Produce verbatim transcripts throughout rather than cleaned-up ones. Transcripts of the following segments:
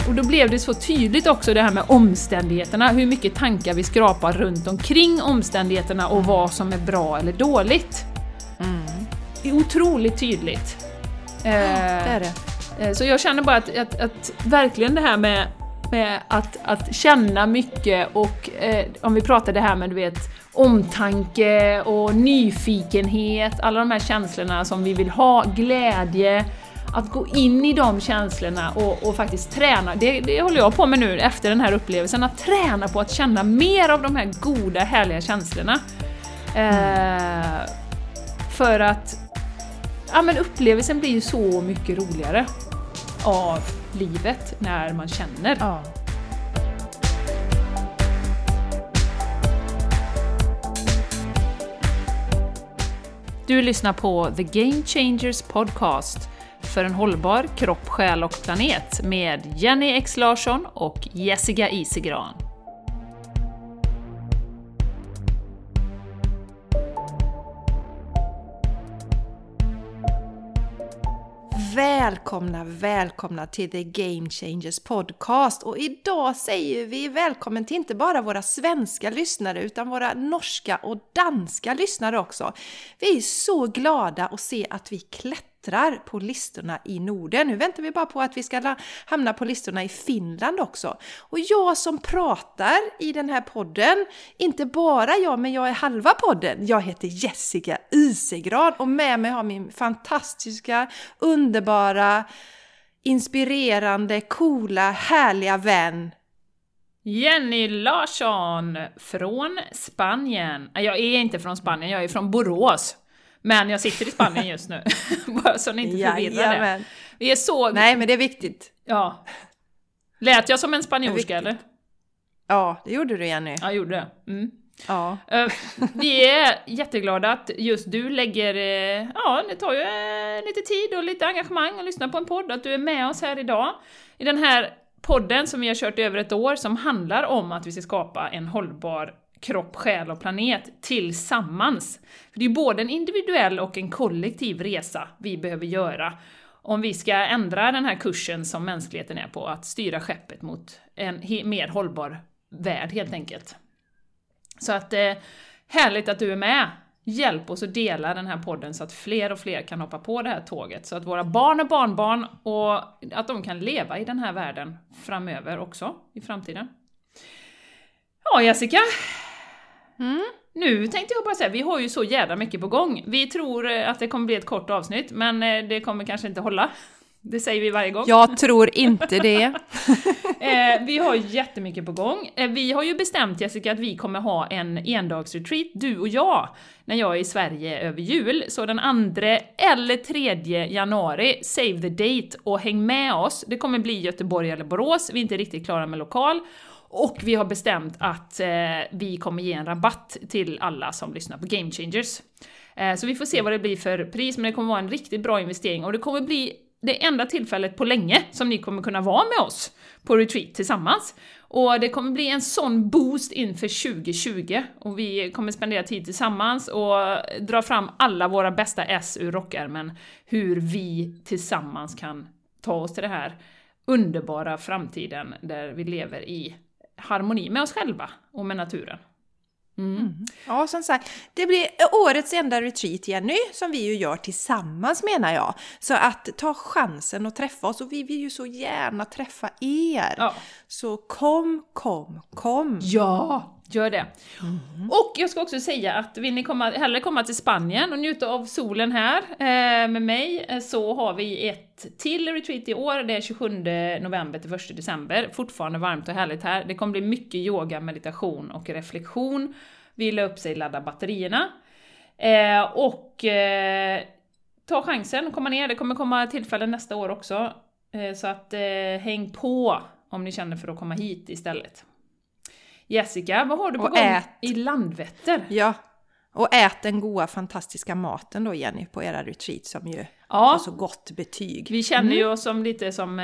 och då blev det så tydligt också det här med omständigheterna, hur mycket tankar vi skrapar runt omkring omständigheterna och vad som är bra eller dåligt. Mm. Det är otroligt tydligt. Ja, det är det. Så jag känner bara att, att, att verkligen det här med, med att, att känna mycket och eh, om vi pratar det här med du vet omtanke och nyfikenhet, alla de här känslorna som vi vill ha, glädje, att gå in i de känslorna och, och faktiskt träna, det, det håller jag på med nu efter den här upplevelsen, att träna på att känna mer av de här goda, härliga känslorna. Eh, för att ja, men upplevelsen blir ju så mycket roligare av livet när man känner. Ja. Du lyssnar på The Game Changers podcast för en hållbar kropp, själ och planet med Jenny X Larsson och Jessica Isegran. Välkomna, välkomna till The Game Changers podcast. Och idag säger vi välkommen till inte bara våra svenska lyssnare utan våra norska och danska lyssnare också. Vi är så glada att se att vi klättrar på listorna i Norden. Nu väntar vi bara på att vi ska hamna på listorna i Finland också. Och jag som pratar i den här podden, inte bara jag men jag är halva podden. Jag heter Jessica Isegran och med mig har min fantastiska, underbara, inspirerande, coola, härliga vän Jenny Larsson från Spanien. Jag är inte från Spanien, jag är från Borås. Men jag sitter i Spanien just nu. Bara så ni inte förvirrar det. Vi är så... Nej, men det är viktigt. Ja. Lät jag som en spanjorska, eller? Ja, det gjorde du, Jenny. Ja, gjorde det. Mm. Ja. Vi är jätteglada att just du lägger... Ja, det tar ju lite tid och lite engagemang att lyssna på en podd. Att du är med oss här idag. I den här podden som vi har kört över ett år som handlar om att vi ska skapa en hållbar kropp, själ och planet tillsammans. För det är både en individuell och en kollektiv resa vi behöver göra om vi ska ändra den här kursen som mänskligheten är på, att styra skeppet mot en he- mer hållbar värld helt enkelt. Så att eh, härligt att du är med. Hjälp oss att dela den här podden så att fler och fler kan hoppa på det här tåget. Så att våra barn och barnbarn och att de kan leva i den här världen framöver också, i framtiden. Ja, Jessica. Mm. Nu tänkte jag bara säga, vi har ju så jävla mycket på gång. Vi tror att det kommer bli ett kort avsnitt, men det kommer kanske inte hålla. Det säger vi varje gång. Jag tror inte det. eh, vi har jättemycket på gång. Eh, vi har ju bestämt, Jessica, att vi kommer ha en endagsretreat, du och jag, när jag är i Sverige över jul. Så den andra eller tredje januari, save the date och häng med oss. Det kommer bli Göteborg eller Borås, vi är inte riktigt klara med lokal. Och vi har bestämt att eh, vi kommer ge en rabatt till alla som lyssnar på Game Changers. Eh, så vi får se vad det blir för pris, men det kommer vara en riktigt bra investering. Och det kommer bli det enda tillfället på länge som ni kommer kunna vara med oss på retreat tillsammans. Och det kommer bli en sån boost inför tjugo tjugo. Och vi kommer spendera tid tillsammans och dra fram alla våra bästa S ur rockärmen. Hur vi tillsammans kan ta oss till det här underbara framtiden där vi lever i harmoni med oss själva och med naturen. Mm. Mm. Ja, som sagt, det blir årets enda retreat, Jenny, som vi ju gör tillsammans, menar jag. Så att ta chansen att träffa oss, och vi vill ju så gärna träffa er. Ja. Så kom, kom, kom. Ja, gör det. Mm. Och jag ska också säga att vill ni komma, hellre komma till Spanien och njuta av solen här eh, med mig, så har vi ett till retreat i år. Det är tjugosjunde november till första december. Fortfarande varmt och härligt här. Det kommer bli mycket yoga, meditation och reflektion. Vila upp sig, ladda batterierna. Eh, och eh, ta chansen att komma ner. Det kommer komma tillfällen nästa år också. Eh, så att eh, häng på om ni känner för att komma hit istället. Jessica, vad har du på och gång ät. i Landvetter? Ja, och ät den goda, fantastiska maten då, Jenny, på era retreat som ju ja. har så gott betyg. Vi känner mm. ju oss som lite som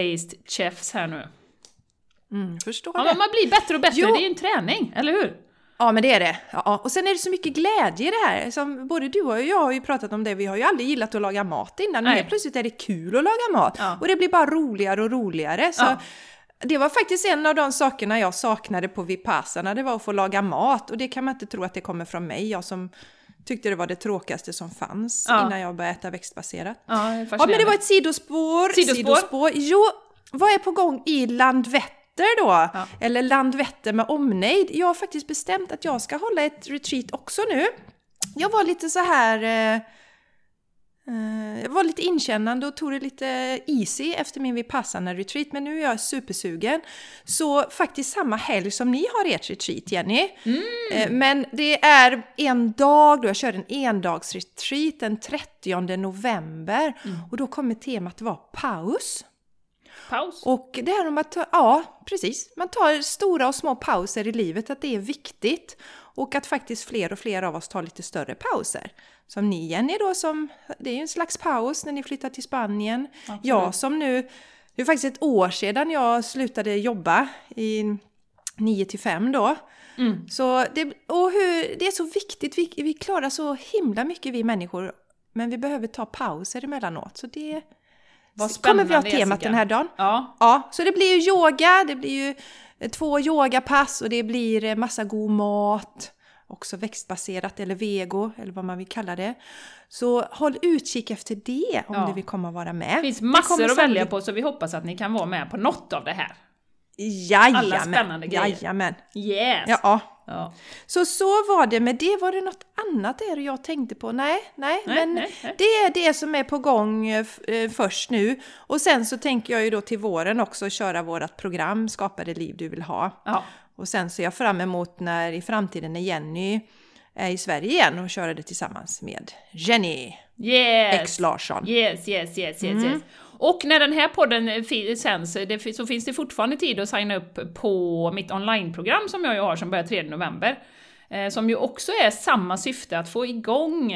plant-based chefs här nu. Mm, förstår ja, det. men man blir bättre och bättre, jo. det är ju en träning, eller hur? Ja, men det är det. Ja, och sen är det så mycket glädje i det här. Som både du och jag har ju pratat om det. Vi har ju aldrig gillat att laga mat innan. Men helt plötsligt är det kul att laga mat. Ja. Och det blir bara roligare och roligare. Så ja. Det var faktiskt en av de sakerna jag saknade på Vipassana. Det var att få laga mat. Och det kan man inte tro att det kommer från mig. Jag som tyckte det var det tråkigaste som fanns ja. innan jag började äta växtbaserat. Ja, ja, men det var ett sidospår. Sidospår. sidospår. Jo, vad är på gång i Landvetter? Då, ja. Eller Landvetter med omnejd. Jag har faktiskt bestämt att jag ska hålla ett retreat också nu. Jag var lite så här eh, eh, jag var lite inkännande och tog det lite easy efter min Vipassana retreat, men nu är jag supersugen. Så faktiskt samma helg som ni har ert retreat, Jenny. Mm. Eh, men det är en dag då jag kör en endagsretreat den trettionde november mm. och då kommer temat vara paus. Paus. Och det här om att ta, ja, precis. Man tar stora och små pauser i livet, att det är viktigt. Och att faktiskt fler och fler av oss tar lite större pauser. Som ni, Jenny, då, som, det är ju en slags paus när ni flyttar till Spanien. Absolut. Jag som nu, det är faktiskt ett år sedan jag slutade jobba i nio till fem då. Mm. Så det, och hur, det är så viktigt, vi, vi klarar så himla mycket vi människor. Men vi behöver ta pauser emellanåt, så det vad kommer vi ha temat Jessica. Den här dagen. Ja. Ja, så det blir ju yoga, det blir ju två yogapass och det blir massa god mat. Också växtbaserat eller vego eller vad man vill kalla det. Så håll utkik efter det om ja. du vill komma och vara med. Det finns massor att välja på, så vi hoppas att ni kan vara med på något av det här. Jajamän. Alla spännande grejer. Jajamän. Yes. Ja. Ja. Så så var det med det. Var det något annat där jag tänkte på? Nej, nej, nej men nej, nej. det är det som är på gång eh, först nu. Och sen så tänker jag ju då till våren också köra vårat program Skapa det liv du vill ha. Ja. Och sen ser jag fram emot när i framtiden när Jenny är i Sverige igen och köra det tillsammans med Jenny yes. X Larsson. Yes, yes, yes, yes, mm. yes. Och när den här podden sänds så finns det fortfarande tid att signa upp på mitt onlineprogram som jag har som börjar tredje november. Eh, som ju också är samma syfte, att få igång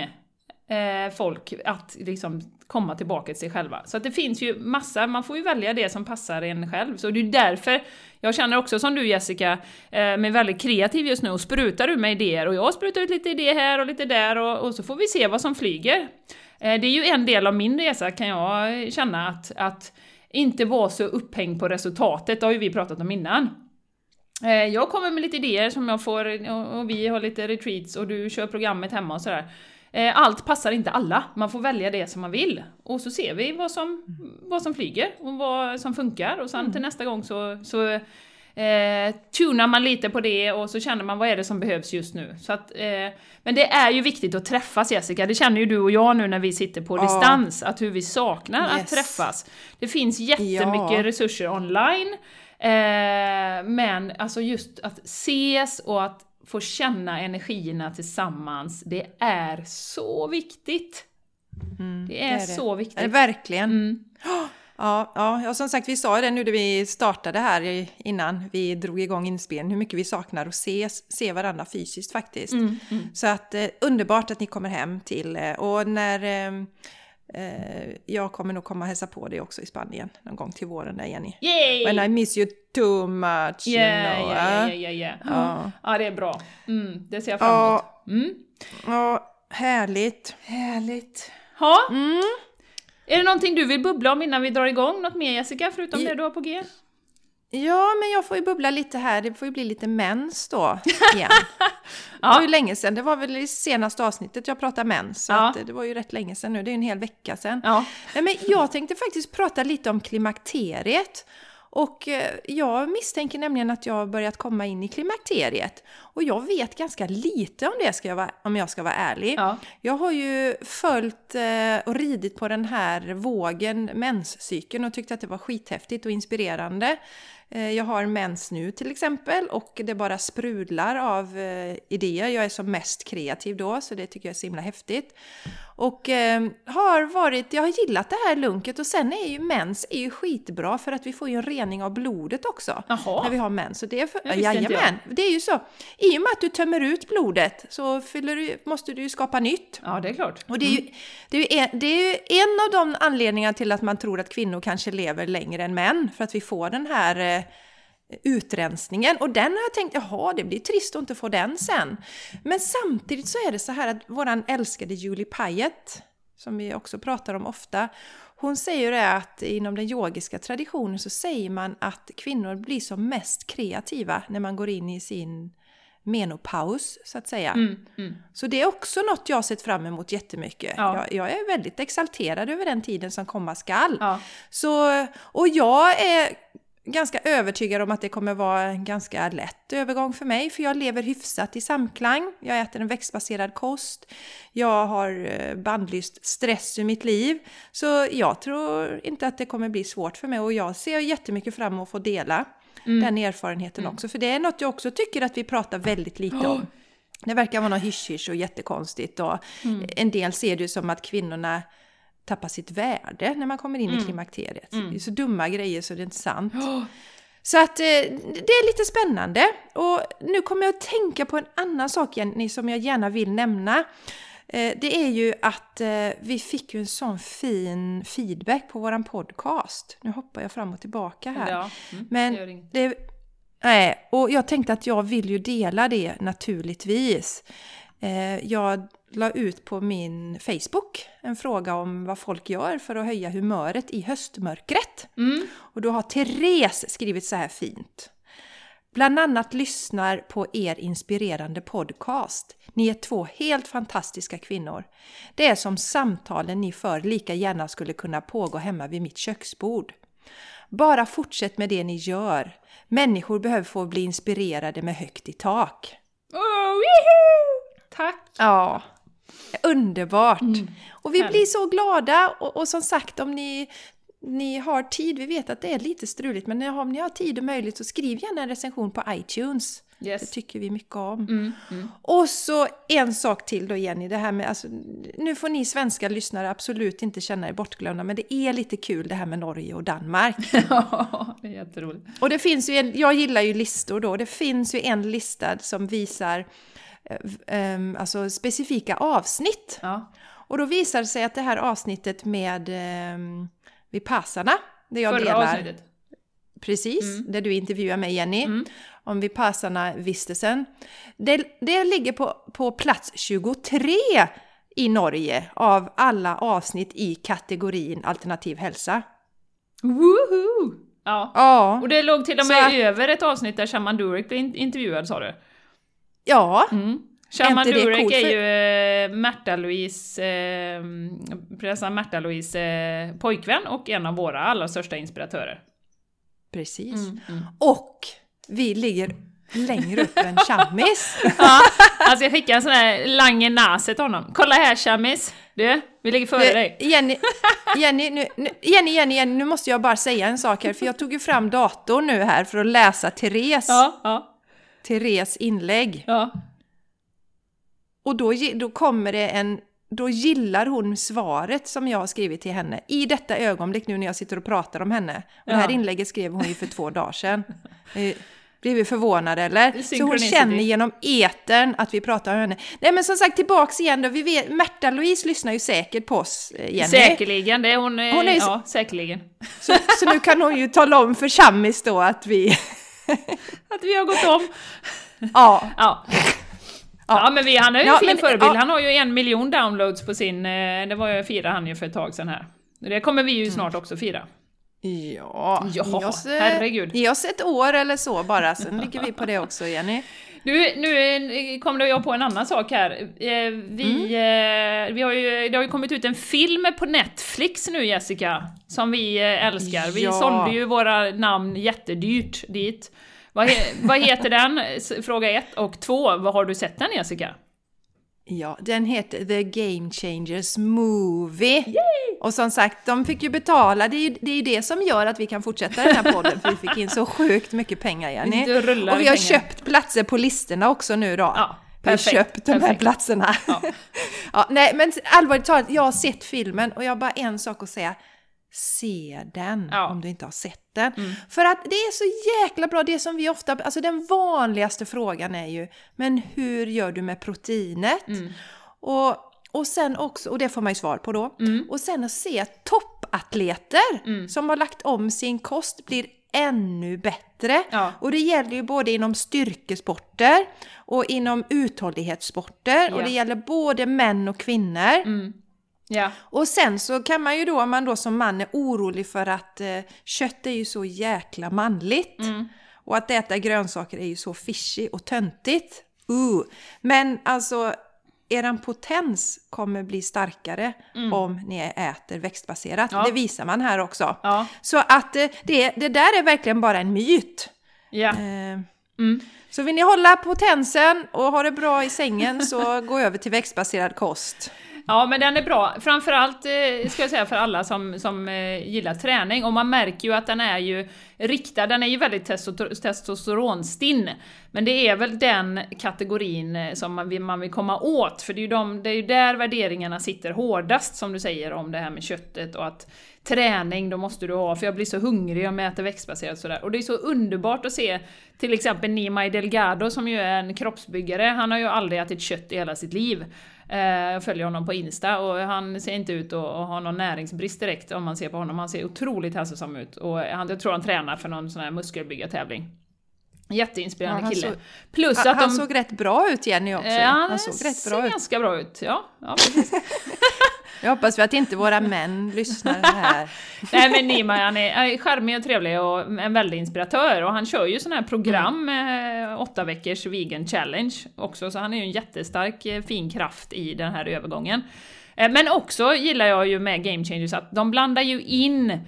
eh, folk att liksom komma tillbaka till sig själva. Så att det finns ju massa, man får ju välja det som passar en själv. Så det är därför jag känner också som du, Jessica, eh, med väldigt kreativ just nu och sprutar ur med idéer. Och jag sprutar ut lite idéer här och lite där och, och så får vi se vad som flyger. Det är ju en del av min resa, kan jag känna, att, att inte vara så upphängd på resultatet. Det har ju vi pratat om innan. Jag kommer med lite idéer som jag får, och vi har lite retreats och du kör programmet hemma och sådär. Allt passar inte alla, man får välja det som man vill. Och så ser vi vad som, vad som flyger och vad som funkar. Och sen mm. till nästa gång så... så Eh, tunar man lite på det och så känner man vad är det som behövs just nu. Så att, eh, men det är ju viktigt att träffas, Jessica. Det känner ju du och jag nu när vi sitter på oh. distans. Att hur vi saknar yes. att träffas. Det finns jättemycket ja. resurser online. Eh, men alltså just att ses och att få känna energierna tillsammans. Det är så viktigt. Mm, det, är det är så det. viktigt. Det är verkligen. Mm. Ja, ja, och som sagt, vi sa det nu när vi startade här innan vi drog igång inspelningen, hur mycket vi saknar att se, se varandra fysiskt faktiskt. Mm, mm. Så att eh, underbart att ni kommer hem till, eh, och när eh, eh, jag kommer nog komma och hälsa på dig också i Spanien någon gång till våren där, Jenny. Yay! When I miss you too much, yeah, you know. Ja, ja, ja, ja. Ja. Ja, det är bra. Mm, det ser jag fram emot. Mm. Ja, härligt. Härligt. Ha? Mm. Är det någonting du vill bubbla om innan vi drar igång? Något mer, Jessica, förutom ja. det du har på G? Ja, men jag får ju bubbla lite här. Det får ju bli lite mens då igen. ja. Det var ju länge sedan. Det var väl i senaste avsnittet jag pratade mens. Så ja. att det var ju rätt länge sedan nu. Det är en hel vecka sedan. Ja. Nej, men jag tänkte faktiskt prata lite om klimakteriet. Och jag misstänker nämligen att jag har börjat komma in i klimakteriet. Och jag vet ganska lite om det, ska jag vara, om jag ska vara ärlig. Ja. Jag har ju följt och ridit på den här vågen, menscykeln, och tyckte att det var skithäftigt och inspirerande. Jag har mens nu till exempel, och det bara sprudlar av idéer. Jag är som mest kreativ då, så det tycker jag är så himla häftigt. Och eh, har varit, jag har gillat det här lunket, och sen är ju mens är ju skitbra för att vi får ju en rening av blodet också. Jaha. När vi har mens. Så det är för, ja, jajamän, det är ju så. I och med att du tömmer ut blodet så fyller du, måste du ju skapa nytt. Ja, det är klart. Och det är, ju, det, är ju en, det är ju en av de anledningarna till att man tror att kvinnor kanske lever längre än män. För att vi får den här utrensningen. Och den har jag tänkt, jaha, det blir trist att inte få den sen. Men samtidigt så är det så här att våran älskade Julie Piaget, som vi också pratar om ofta, hon säger det att inom den yogiska traditionen så säger man att kvinnor blir som mest kreativa när man går in i sin menopaus, så att säga. Mm, mm. Så det är också något jag har sett fram emot jättemycket. Ja. Jag, jag är väldigt exalterad över den tiden som komma skall. Ja. Så, och jag är ganska övertygad om att det kommer vara en ganska lätt övergång för mig. För jag lever hyfsat i samklang. Jag äter en växtbaserad kost. Jag har bandlyst stress i mitt liv. Så jag tror inte att det kommer bli svårt för mig. Och jag ser jättemycket fram emot att få dela mm. den erfarenheten mm. också. För det är något jag också tycker att vi pratar väldigt lite oh. om. Det verkar vara något hysch-hysch och jättekonstigt. Och mm. en del ser det som att kvinnorna tappar sitt värde när man kommer in mm. i klimakteriet. Mm. Det är så dumma grejer så det är inte sant. Oh. Så att eh, det är lite spännande. Och nu kommer jag att tänka på en annan sak, Jenny, som jag gärna vill nämna. Eh, det är ju att eh, vi fick ju en sån fin feedback på våran podcast. Nu hoppar jag fram och tillbaka här. Ja. Mm. Men det, nej, och jag tänkte att jag vill ju dela det naturligtvis. Eh, jag la ut på min Facebook en fråga om vad folk gör för att höja humöret i höstmörkret. Mm. Och då har Therese skrivit så här fint. Bland annat lyssnar på er inspirerande podcast. Ni är två helt fantastiska kvinnor. Det är som samtalen ni för lika gärna skulle kunna pågå hemma vid mitt köksbord. Bara fortsätt med det ni gör. Människor behöver få bli inspirerade med högt i tak. Oh, woohoo! Tack! Ja, underbart. Mm. Och vi Härligt. blir så glada. Och, och som sagt, om ni, ni har tid, vi vet att det är lite struligt, men om ni har tid och möjlighet så skriv gärna en recension på iTunes. Yes. Det tycker vi mycket om. Mm, mm. Och så en sak till då, Jenny. Det här med, alltså, nu får ni svenska lyssnare absolut inte känna er bortglömda, men det är lite kul det här med Norge och Danmark. Ja, det är jätteroligt. Och det finns ju en, jag gillar ju listor då. Det finns ju en lista som visar Um, alltså specifika avsnitt. Ja. Och då visar det sig att det här avsnittet med um, Vipassana, där jag Förra delar avsnittet. Precis, mm. där du intervjuar mig, Jenny, mm. om Vipassana-vistelsen. Det, det ligger på, på plats tjugotre i Norge av alla avsnitt i kategorin alternativ hälsa. Woohoo! Ja. Ja. Och det låg till och med Så, över ett avsnitt där Shaman Durek blev intervjuad, sa du? Ja. Mm. Shaman Durek cool är för... ju eh, Märta-Louise, eh, prinsessan Märta-Louise eh, pojkvän och en av våra allra största inspiratörer. Precis. Mm, mm. Och vi ligger längre upp än Chammis. Ja, alltså jag fick en sån här lange naset av honom. Kolla här, Chammis. Du, vi ligger före dig. Jenny, Jenny, nu, nu, Jenny, Jenny, Jenny, nu måste jag bara säga en sak här. För jag tog ju fram datorn nu här för att läsa Therese. Ja, ja. Therese inlägg. Ja. Och då, då kommer det en... Då gillar hon svaret som jag har skrivit till henne. I detta ögonblick nu när jag sitter och pratar om henne. Och ja. Det här inlägget skrev hon ju för två dagar sedan. Blev vi förvånade, eller? Så hon känner genom etern att vi pratar om henne. Nej, men som sagt, tillbaks igen då. Vi vet, Märta-Louise lyssnar ju säkert på oss, Jenny. Säkerligen, det är hon, hon är, ja, säkerligen. Så, så nu kan hon ju tala om för Chammis då att vi... att vi har gått om. Ja. Ja. Ja. Ja, men vi, han har ju ja, en fin men, förebild. ja. Han har ju en miljon downloads på sin... Det var ju fira han ju för ett tag sedan här. Det kommer vi ju snart också fira. Ja, ja ge oss, herregud. Ge oss ett år eller så bara, sen ligger vi på det också, Jenny. Nu, nu kommer jag på en annan sak här. Vi, mm. vi har ju, det har ju kommit ut en film på Netflix nu, Jessica, som vi älskar. Vi ja. sålde ju våra namn jättedyrt dit. Vad, he, vad heter den? Fråga ett. Och två, vad har du sett den, Jessica? Ja, den heter The Game Changers Movie. Yay! Och som sagt, de fick ju betala. Det är ju det, är det som gör att vi kan fortsätta den här podden. För vi fick in så sjukt mycket pengar, Jenny. Och vi har pengar. köpt platser på listorna också nu då. Ja, vi har köpt de perfekt. här platserna. Ja. Ja, nej, men allvarligt talat, jag har sett filmen och jag har bara en sak att säga. Se den, ja. om du inte har sett den. Mm. För att det är så jäkla bra, det som vi ofta... Alltså den vanligaste frågan är ju, men hur gör du med proteinet? Mm. Och, och sen också, och det får man ju svar på då. Mm. Och sen att se toppatleter mm. som har lagt om sin kost blir ännu bättre. Ja. Och det gäller ju både inom styrkesporter och inom uthållighetssporter. Ja. Och det gäller både män och kvinnor. Mm. Ja. Och sen så kan man ju då, om man då som man är orolig för att eh, kött är ju så jäkla manligt. Mm. Och att äta grönsaker är ju så fishy och töntigt. Uh. Men alltså, eran potens kommer bli starkare mm. om ni äter växtbaserat. Ja. Det visar man här också. Ja. Så att eh, det, det där är verkligen bara en myt. Ja. Eh, mm. Så vill ni hålla potensen och ha det bra i sängen så gå över till växtbaserad kost. Ja, men den är bra. Framförallt eh, ska jag säga för alla som, som eh, gillar träning. Och man märker ju att den är ju riktad, den är ju väldigt testo- testosteronstinn. Men det är väl den kategorin eh, som man vill, man vill komma åt. För det är, ju de, det är ju där värderingarna sitter hårdast, som du säger, om det här med köttet. Och att träning, då måste du ha, för jag blir så hungrig om jag äter växtbaserat sådär. Och det är så underbart att se till exempel Nimai Delgado, som ju är en kroppsbyggare. Han har ju aldrig ätit kött i hela sitt liv. Jag följer honom på Insta och han ser inte ut att ha någon näringsbrist direkt om man ser på honom. Han ser otroligt hälsosam ut och han, jag tror han tränar för någon sån här muskelbyggartävling. Jätteinspirerande ja, kille. Så, Plus han, att de, han såg rätt bra ut, Jenny, också. Ja, han såg rätt bra ser ut. ganska bra ut. Ja, ja precis. Jag hoppas vi att inte våra män lyssnar här. Nej, men Nimai, han är charmig och trevlig och en väldigt inspiratör. Och han kör ju sådana här program med mm. åtta veckors vegan challenge också. Så han är ju en jättestark, fin kraft i den här övergången. Men också gillar jag ju med Game Changers att de blandar ju in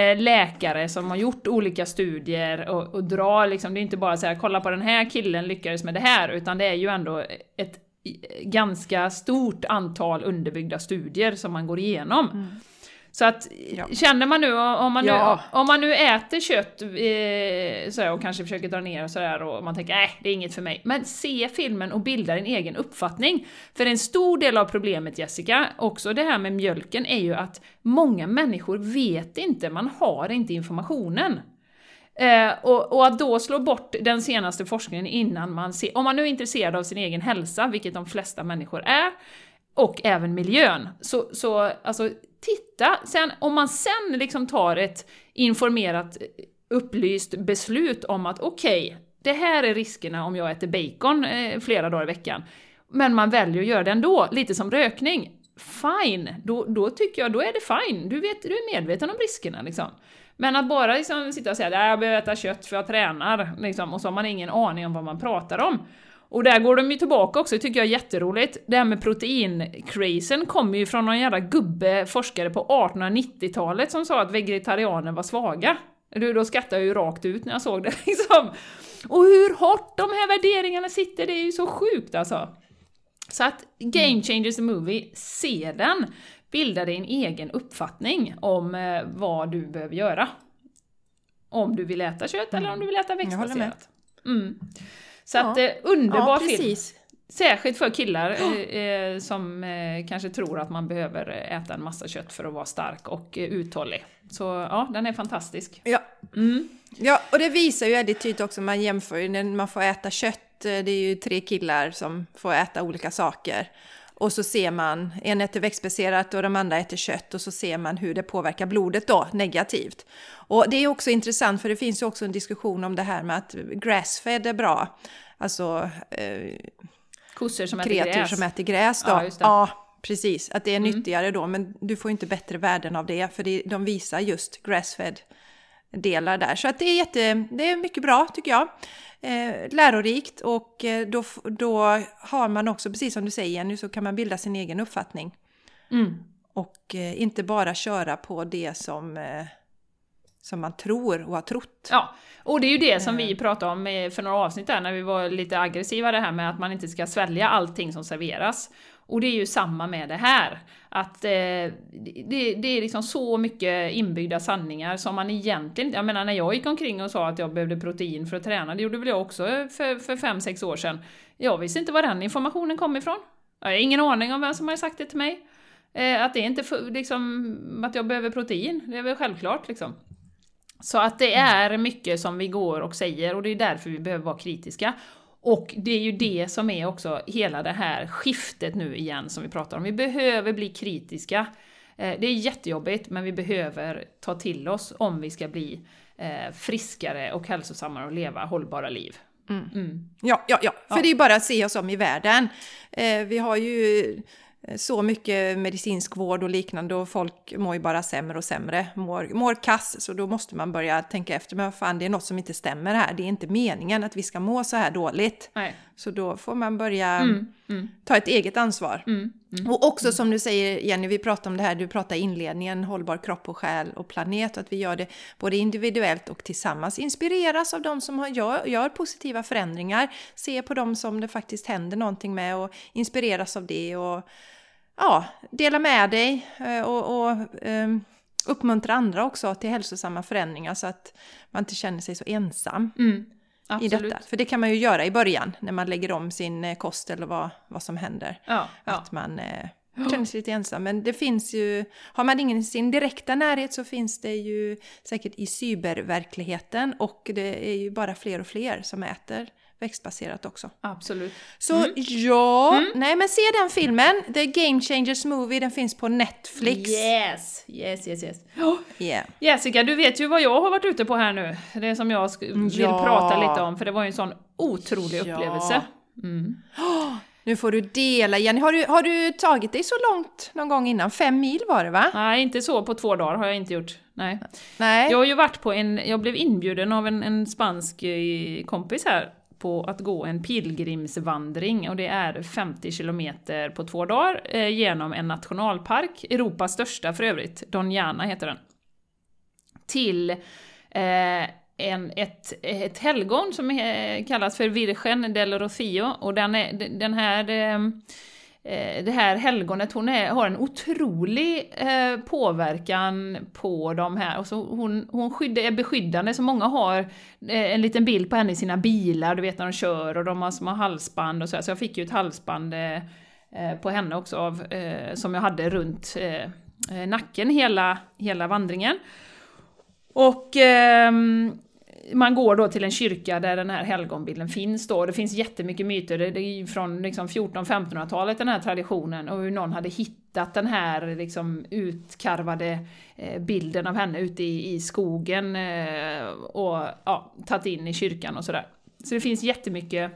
läkare som har gjort olika studier och, och drar liksom, det är inte bara så här, kolla på den här killen lyckades med det här, utan det är ju ändå ett ganska stort antal underbyggda studier som man går igenom. Mm. Så att ja. Känner man nu om man nu, ja. om man nu äter kött eh, så här, och kanske försöker dra ner och så där och man tänker nej, det är inget för mig. Men se filmen och bilda en egen uppfattning. För en stor del av problemet, Jessica, också det här med mjölken, är ju att många människor vet inte, man har inte informationen. Eh, och, och att då slå bort den senaste forskningen innan man ser, om man nu är intresserad av sin egen hälsa, vilket de flesta människor är, och även miljön, så, så alltså titta, sen, om man sen liksom tar ett informerat, upplyst beslut om att okej, okay, det här är riskerna om jag äter bacon eh, flera dagar i veckan, men man väljer att göra det ändå, lite som rökning, fine, då, då tycker jag, då är det fine, du, vet, du är medveten om riskerna liksom. Men att bara liksom sitta och säga att jag behöver äta kött för jag tränar liksom, och så har man ingen aning om vad man pratar om. Och där går de ju tillbaka också, tycker jag är jätteroligt. Det här med protein-crazen kommer ju från någon jävla gubbe forskare på artonhundranittiotalet som sa att vegetarianer var svaga. Du, då skrattar jag ju rakt ut när jag såg det liksom. Och hur hårt de här värderingarna sitter, det är ju så sjukt alltså. Så att Game Changers the Movie, se den. Bilda dig en egen uppfattning om eh, vad du behöver göra. Om du vill äta kött mm. eller om du vill äta växtbaserat. Mm. Så ja. att eh, underbar ja, film. Särskilt för killar ja. eh, som eh, kanske tror att man behöver äta en massa kött för att vara stark och eh, uthållig. Så ja, den är fantastisk. Ja. Mm. Ja, och det visar ju väldigt tydligt också, man jämför ju när man får äta kött. Det är ju tre killar som får äta olika saker. Och så ser man, en äter växtbaserat och de andra äter kött, och så ser man hur det påverkar blodet då negativt. Och det är också intressant, för det finns ju också en diskussion om det här med att grassfed är bra. Alltså eh, kossor som äter kreatur gräs. som äter gräs då. Ja, just det. Ja, precis. Att det är Mm. nyttigare då, men du får inte bättre värden av det, för det, de visar just grassfed delar där. Så att det är, jätte, det är mycket bra tycker jag. Eh, lärorikt, och eh, då, då har man också, precis som du säger Jenny, så kan man bilda sin egen uppfattning. Mm. Och eh, inte bara köra på det som, eh, som man tror och har trott. Ja, och det är ju det som vi pratade om för några avsnitt där, när vi var lite aggressiva, det här med att man inte ska svälja allting som serveras. Och det är ju samma med det här. Att eh, det, det är liksom så mycket inbyggda sanningar som man egentligen... Jag menar, när jag gick omkring och sa att jag behövde protein för att träna, det gjorde väl jag också för, för fem, sex år sedan. Jag visste inte var den informationen kom ifrån. Jag har ingen aning om vem som har sagt det till mig. Eh, att det är inte för, liksom, att jag behöver protein. Det är väl självklart liksom. Så att det är mycket som vi går och säger, och det är därför vi behöver vara kritiska. Och det är ju det som är också hela det här skiftet nu igen som vi pratar om. Vi behöver bli kritiska Eh, det är jättejobbigt, men vi behöver ta till oss om vi ska bli eh, friskare och hälsosammare och leva hållbara liv. Mm. Mm. Ja, ja, ja, för ja. Det är bara att se oss om i världen. Eh, vi har ju så mycket medicinsk vård och liknande och folk mår ju bara sämre och sämre, mår, mår kass, så då måste man börja tänka efter, men fan, det är något som inte stämmer här, det är inte meningen att vi ska må så här dåligt. Nej. Så då får man börja mm, mm. ta ett eget ansvar. Mm, mm, och också som du säger, Jenny, vi pratade om det här, du pratade i inledningen, hållbar kropp och själ och planet, att vi gör det både individuellt och tillsammans, inspireras av de som har, gör, gör positiva förändringar, se på dem som det faktiskt händer någonting med och inspireras av det och ja, dela med dig och, och um, uppmuntra andra också till hälsosamma förändringar så att man inte känner sig så ensam mm, i detta. För det kan man ju göra i början när man lägger om sin kost eller vad, vad som händer. Ja, ja. Att man eh, känner sig lite ensam. Men det finns ju, har man ingen i sin direkta närhet så finns det ju säkert i cyberverkligheten och det är ju bara fler och fler som äter växtbaserat också. Absolut. Så mm. ja, mm. nej men se den filmen. The Game Changers Movie, den finns på Netflix. Yes, yes, yes, yes. Oh. Yeah. Jessica, du vet ju vad jag har varit ute på här nu. Det är som jag sk- vill ja. prata lite om, för det var ju en sån otrolig ja. upplevelse. Mm. Oh, nu får du dela, Jenny. Har du, har du tagit dig så långt någon gång innan? Fem mil var det, va? Nej, inte så på två dagar har jag inte gjort. Nej. Nej. Jag har ju varit på en, jag blev inbjuden av en, en spansk kompis här på att gå en pilgrimsvandring, och det är femtio kilometer på två dagar eh, genom en nationalpark, Europas största för övrigt, Doñana heter den, till eh, en, ett, ett helgon som är, kallas för Virgen del Rocío, och den, är, den här eh, det här helgonet, hon är, har en otrolig eh, påverkan på de här, och så hon, hon skydd, är beskyddande, så många har eh, en liten bild på henne i sina bilar, du vet när de kör, och de har små halsband och så, så jag fick ju ett halsband eh, på henne också av, eh, som jag hade runt eh, nacken hela, hela vandringen. Och eh, man går då till en kyrka där den här helgonbilden finns då. Det finns jättemycket myter. Det är från liksom fjorton-femtonhundratalet den här traditionen. Och hur någon hade hittat den här liksom utkarvade eh, bilden av henne ute i, i skogen. Eh, och ja, tagit in i kyrkan och sådär. Så det finns jättemycket,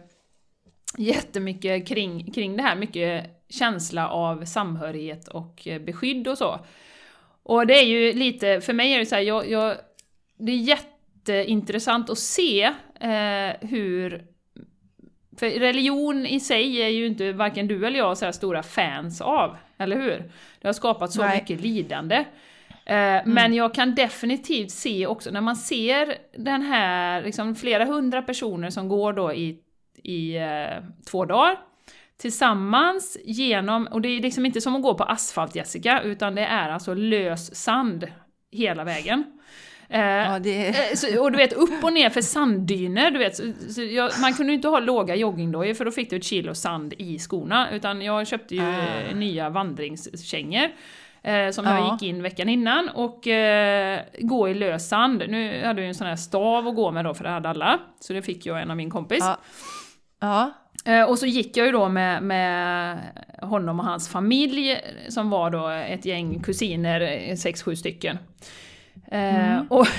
jättemycket kring, kring det här. Mycket känsla av samhörighet och beskydd och så. Och det är ju lite, för mig är det så här, jag, jag, det är jätte intressant att se eh, hur, för religion i sig är ju inte varken du eller jag så här stora fans av, eller hur? Det har skapat så Nej. mycket lidande. Eh, mm. Men jag kan definitivt se också, när man ser den här liksom flera hundra personer som går då i, i eh, två dagar tillsammans genom, och det är liksom inte som att gå på asfalt, Jessica, utan det är alltså lös sand hela vägen. Eh, ja, det är... så, och du vet, upp och ner för sanddyner, du vet, så, så jag, man kunde ju inte ha låga joggingdojor för då fick du ett kilo sand i skorna, utan jag köpte ju ah. nya vandringskängor eh, som ja. jag gick in veckan innan och eh, gå i lös sand. Nu hade jag en sån här stav att gå med då, för det hade alla, så det fick jag en av min kompis. Ja. Ja. Eh, och så gick jag ju då med, med honom och hans familj, som var då ett gäng kusiner, sex, sju stycken. Mm. Eh, och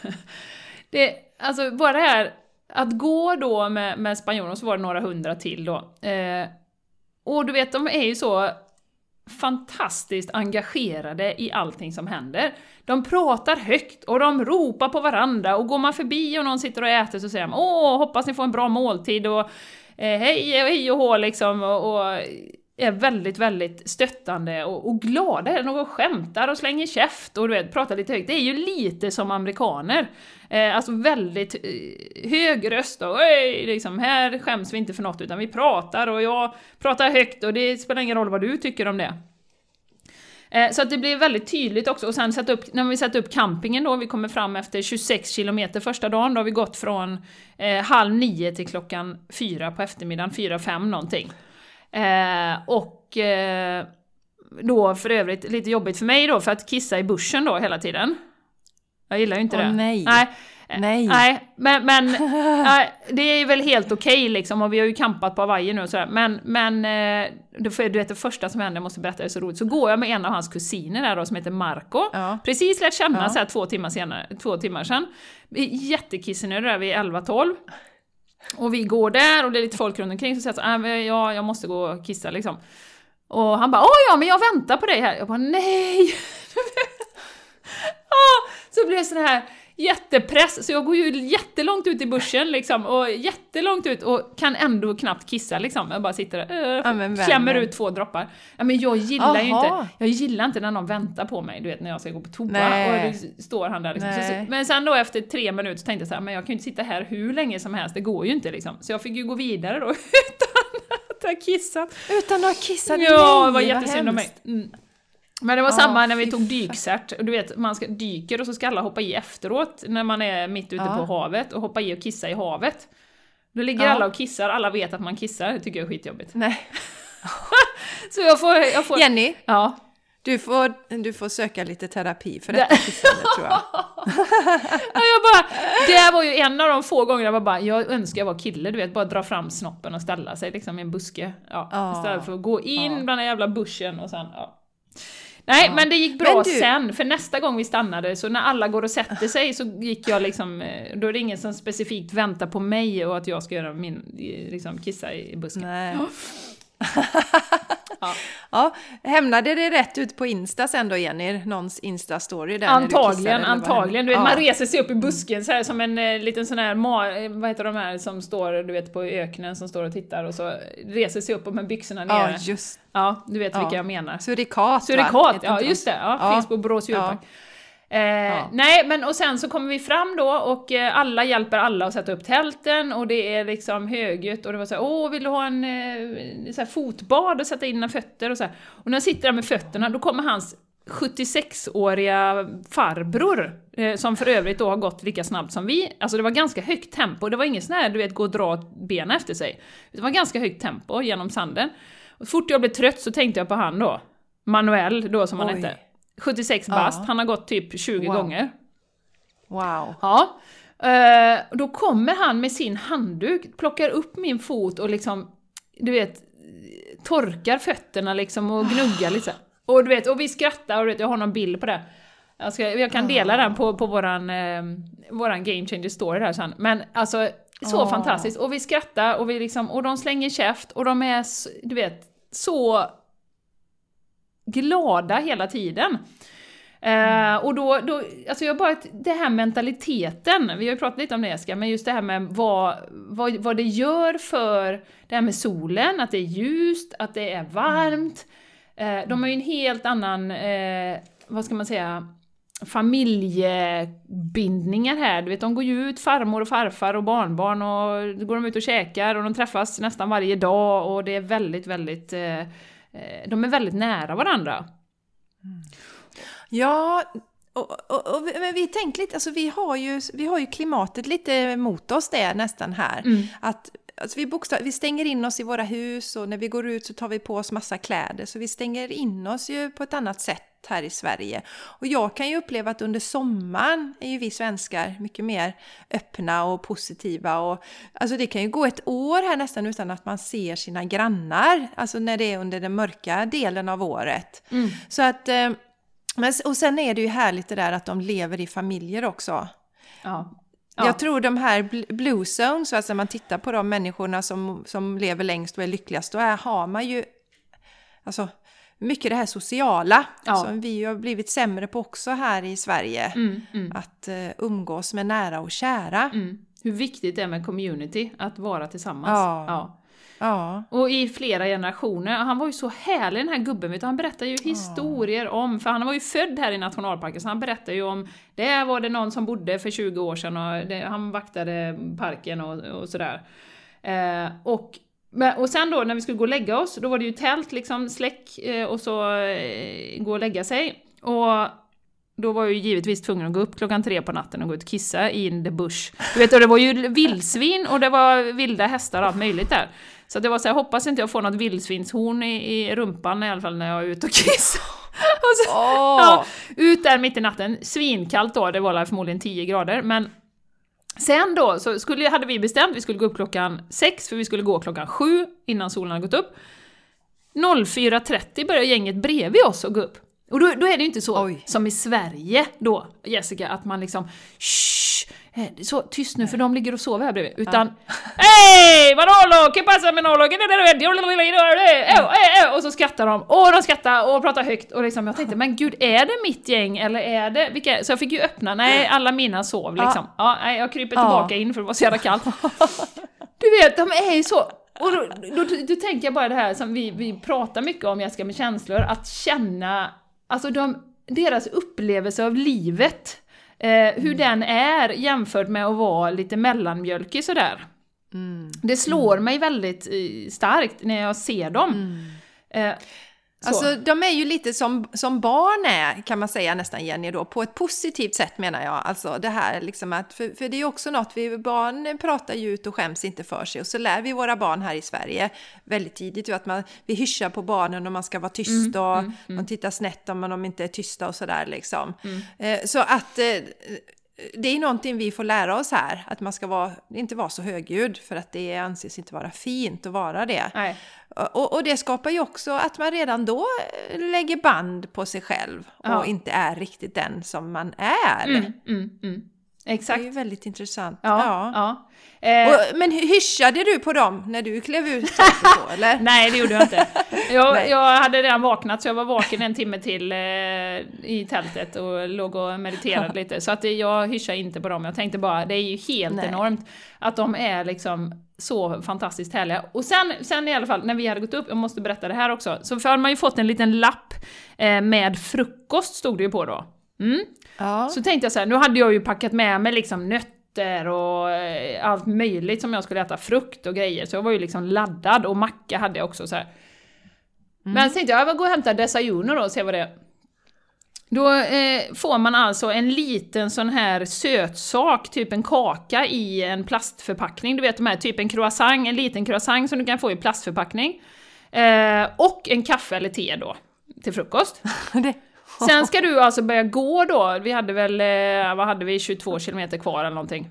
det, alltså bara det här att gå då med, med spanjorerna, så var det några hundra till då. Eh, och du vet, de är ju så fantastiskt engagerade i allting som händer. De pratar högt och de ropar på varandra, och går man förbi och någon sitter och äter så säger de: åh, hoppas ni får en bra måltid, och eh, hej och hej och hå liksom, och, och är väldigt, väldigt stöttande och, och glada. Någon skämtar och slänger käft och du vet, pratar lite högt. Det är ju lite som amerikaner. Eh, alltså väldigt eh, hög röst och liksom, här skäms vi inte för något, utan vi pratar, och jag pratar högt, och det spelar ingen roll vad du tycker om det. Eh, så att det blir väldigt tydligt också. Och sen sätta upp, när vi sätter upp campingen då, vi kommer fram efter tjugosex kilometer första dagen, då har vi gått från eh, halv nio till klockan fyra på eftermiddagen, fyra, fem någonting. Eh, och eh, då för övrigt lite jobbigt för mig då, för att kissa i buschen då hela tiden. Jag gillar ju inte Åh, det. Nej. Nej. Nej. Nej, men, men äh, det är väl helt okej okay, liksom, och vi har ju campat på Hawaii nu och sådär, men, men äh, det, för, du vet, det första som hände, jag måste berätta det så roligt, så går jag med en av hans kusiner där då, som heter Marco, ja. precis lärt känna ja. så här, två timmar senare, två timmar sedan, jättekissnödiga där vid elva tolv, och vi går där och det är lite folk runt omkring, så säger jag så, äh, ja, jag måste gå och kissa liksom, och han bara, åh ja, men jag väntar på dig här, jag bara, nej. ah, så blir det sån här jättepress, så jag går ju jättelångt ut i bussen liksom, och jättelångt ut och kan ändå knappt kissa liksom. Jag bara sitter där, äh, ja, klämmer ut två droppar. Ja, men jag gillar Aha. ju inte jag gillar inte när någon väntar på mig, du vet, när jag ska gå på toa. Nej. Och då står han där liksom. så, så, men sen då efter tre minuter så tänkte jag så här, men jag kan ju inte sitta här hur länge som helst, det går ju inte liksom. Så jag fick ju gå vidare då utan att ha kissat. Utan att ha kissat? Ja, det var jättesynd om mig. Mm. Men det var oh, samma när vi tog dykcert. Du vet, man ska dyker och så ska alla hoppa i efteråt när man är mitt ute oh. på havet och hoppa i och kissa i havet. Då ligger oh. alla och kissar, alla vet att man kissar, det tycker jag är skitjobbigt. Nej. Så jag får, jag får... Jenny, ja. du, får, du får söka lite terapi för detta kissande, tror jag. Ja, jag bara, det var ju en av de få gånger jag var bara, jag önskar jag var kille, du vet, bara dra fram snoppen och ställa sig liksom i en buske. Ja, oh. Istället för att gå in oh. bland den jävla buschen och sen, ja. Nej, ja. Men det gick bra du... sen, för nästa gång vi stannade, så när alla går och sätter sig så gick jag liksom, då är det ingen som specifikt väntar på mig och att jag ska göra min, liksom kissa i busken. Nej. ja. ja, hämnade det rätt ut på Insta sen då, Jenny? Någons Insta-story där antagligen, när du antagligen. Du vet, ja. Man reser sig upp i busken så här, som en eh, liten sån här, mar, vad heter de här som står, du vet, på öknen som står och tittar och så reser sig upp med byxorna nere. Ja, just. Ja, du vet ja. Vilka jag menar. Surikat, Surikat, ja, just det. Ja, ja. Finns på Borås djurpark. Ja. Eh, ja. Nej, men och sen så kommer vi fram då och eh, alla hjälper alla att sätta upp tälten och det är liksom högljutt och det var så här, åh, vill du ha en eh, så här fotbad och sätta in dina fötter och så här. Och när jag sitter där med fötterna, då kommer hans sjuttiosex-åriga farbror eh, som för övrigt då har gått lika snabbt som vi. Alltså det var ganska högt tempo, det var ingen sån här, du vet, gå och dra benen efter sig. Det var ganska högt tempo genom sanden. Och fort jag blev trött så tänkte jag på han då, Manuel då som han hette. sjuttiosex bast, ja. Han har gått typ tjugo wow. gånger. Wow. Ja. Uh, då kommer han med sin handduk, plockar upp min fot och liksom, du vet, torkar fötterna liksom och gnuggar lite. Och du vet, och vi skrattar och du vet, jag har någon bild på det. Jag, ska, jag kan dela oh. den på, på våran, eh, våran Game Changer Story där sen. Men alltså, så oh. fantastiskt. Och vi skrattar och vi liksom, och de slänger käft och de är, du vet, så glada hela tiden. Mm. Uh, och då, då, alltså jag bara, det här mentaliteten, vi har ju pratat lite om det, Eska, men just det här med vad, vad, vad det gör för det här med solen, att det är ljust, att det är varmt. Uh, de har ju en helt annan, uh, vad ska man säga, familjebindningar här. Du vet, de går ju ut, farmor och farfar och barnbarn, och då går de ut och käkar och de träffas nästan varje dag och det är väldigt, väldigt, uh, de är väldigt nära varandra. Mm. Ja, och, och, och, men vi tänker lite, alltså vi har ju, vi har ju klimatet lite mot oss där nästan här. Mm. Att alltså vi, bokstav, vi stänger in oss i våra hus och när vi går ut så tar vi på oss massa kläder. Så vi stänger in oss ju på ett annat sätt här i Sverige. Och jag kan ju uppleva att under sommaren är ju vi svenskar mycket mer öppna och positiva. Och, alltså det kan ju gå ett år här nästan utan att man ser sina grannar. Alltså när det är under den mörka delen av året. Mm. Så att... Men, och sen är det ju härligt det där att de lever i familjer också. Ja. Ja. Jag tror de här blue zones, alltså när man tittar på de människorna som, som lever längst och är lyckligast, då är, har man ju alltså, mycket det här sociala ja. Som vi har blivit sämre på också här i Sverige. Mm, mm. Att uh, umgås med nära och kära. Mm. Hur viktigt det är med community, att vara tillsammans. Ja. Ja. Ja. Och i flera generationer. Han var ju så härlig, den här gubben, vet du? Han berättar ju historier ja. om, för han var ju född här i nationalparken, så han berättar ju om, där var det någon som bodde för tjugo år sedan och det, han vaktade parken och, och sådär. Eh, och, och sen då när vi skulle gå och lägga oss, då var det ju tält liksom, släck eh, och så eh, gå och lägga sig. Och då var jag ju givetvis tvungen att gå upp klockan tre på natten och gå ut och kissa in the bush. Du vet, och det var ju vildsvin och det var vilda hästar och allt möjligt där. Så det var så här, hoppas inte jag får något vildsvinshorn i, i rumpan i alla fall när jag är ute och kissar. Och så, oh. ja, ut där mitt i natten, svinkallt då, det var förmodligen tio grader, men Sen då så skulle, hade vi bestämt vi skulle gå upp klockan sex, för vi skulle gå klockan sju innan solen hade gått upp. fyra trettio börjar gänget bredvid oss att gå upp. Och då, då är det ju inte så Oj. som i Sverige då, Jessica, att man liksom shh, så tyst nu för de ligger och sover här bredvid. Utan hej, Manolo, que pasa Manolo? Och så skrattar de, och de skrattar och pratar högt. Och liksom, jag tänkte, men gud, är det mitt gäng eller är det vilka? Så jag fick ju öppna, nej, alla mina sov liksom. Ja, nej, jag kryper tillbaka in för det var så jävla kallt. Du vet, de är ju så. Och då, då, då, då tänker jag bara det här som vi, vi pratar mycket om, Jessica, med känslor, att känna, alltså de, deras upplevelse av livet, eh, hur mm. den är jämfört med att vara lite mellanmjölkig sådär. Mm. Det slår mm. mig väldigt eh, starkt när jag ser dem. Mm. Eh, Alltså de är ju lite som, som barn är, kan man säga nästan, Jenny, då, på ett positivt sätt menar jag. Alltså det här liksom att, för, för det är ju också något, vi barn pratar ju ut och skäms inte för sig, och så lär vi våra barn här i Sverige väldigt tidigt att man, vi hyschar på barnen och man ska vara tyst och mm, mm, mm. man tittar snett om de inte är tysta och sådär liksom. Mm. Eh, så att eh, det är någonting vi får lära oss här, att man ska vara, inte vara så högljudd, för att det anses inte vara fint att vara det. Nej. Och, och det skapar ju också att man redan då lägger band på sig själv och ja. inte är riktigt den som man är. Mm, mm, mm. Exakt. Det är ju väldigt intressant. Ja, ja. ja. Eh, och, men hyschade du på dem när du klev ut så, eller? Nej, det gjorde jag inte. Jag, jag hade redan vaknat, så jag var vaken en timme till eh, i tältet och låg och mediterade lite. Så att jag hyschade inte på dem. Jag tänkte bara, det är ju helt Nej. enormt att de är liksom så fantastiskt härliga. Och sen, sen i alla fall, när vi hade gått upp, jag måste berätta det här också, så för man ju fått en liten lapp eh, med frukost, stod det ju på då. Mm. Ja. Så tänkte jag så här, nu hade jag ju packat med mig liksom nötter och eh, allt möjligt som jag skulle äta, frukt och grejer, så jag var ju liksom laddad, och macka hade jag också så här. Mm. Men så tänkte jag, jag vill gå och hämta desayuno då och se vad det är. Då eh, får man alltså en liten sån här sötsak, typ en kaka i en plastförpackning. Du vet de här, typ en croissant, en liten croissant som du kan få i plastförpackning. Eh, och en kaffe eller te då till frukost. det. Sen ska du alltså börja gå då. Vi hade väl, eh, vad hade vi, tjugotvå kilometer kvar eller någonting.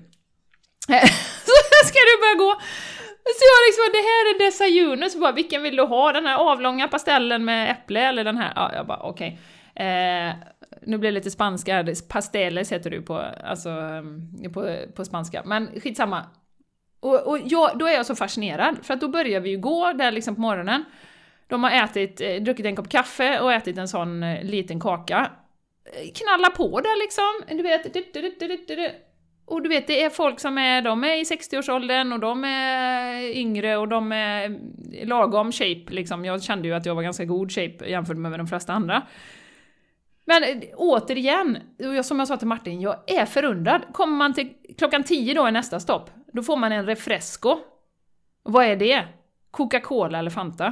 Så ska du börja gå. Så jag liksom, det här är desayuno, så bara, vilken vill du ha? Den här avlånga pastellen med äpple eller den här? Ja, jag bara, okej. Okay. Eh, nu blir det lite spanska, pasteles heter du på, alltså, på, på spanska, men skitsamma. Och, och jag, då är jag så fascinerad, för att då börjar vi ju gå där liksom på morgonen. De har ätit, eh, druckit en kopp kaffe och ätit en sån eh, liten kaka. Knalla på där liksom, du vet. Du, du, du, du, du. Och du vet, det är folk som är, de är i sextioårsåldern och de är yngre och de är lagom shape liksom. Jag kände ju att jag var ganska god shape jämfört med de flesta andra. Men återigen, som jag sa till Martin, jag är förundrad. Kommer man till klockan tio då i nästa stopp, då får man en refresco. Vad är det? Coca-Cola eller Fanta?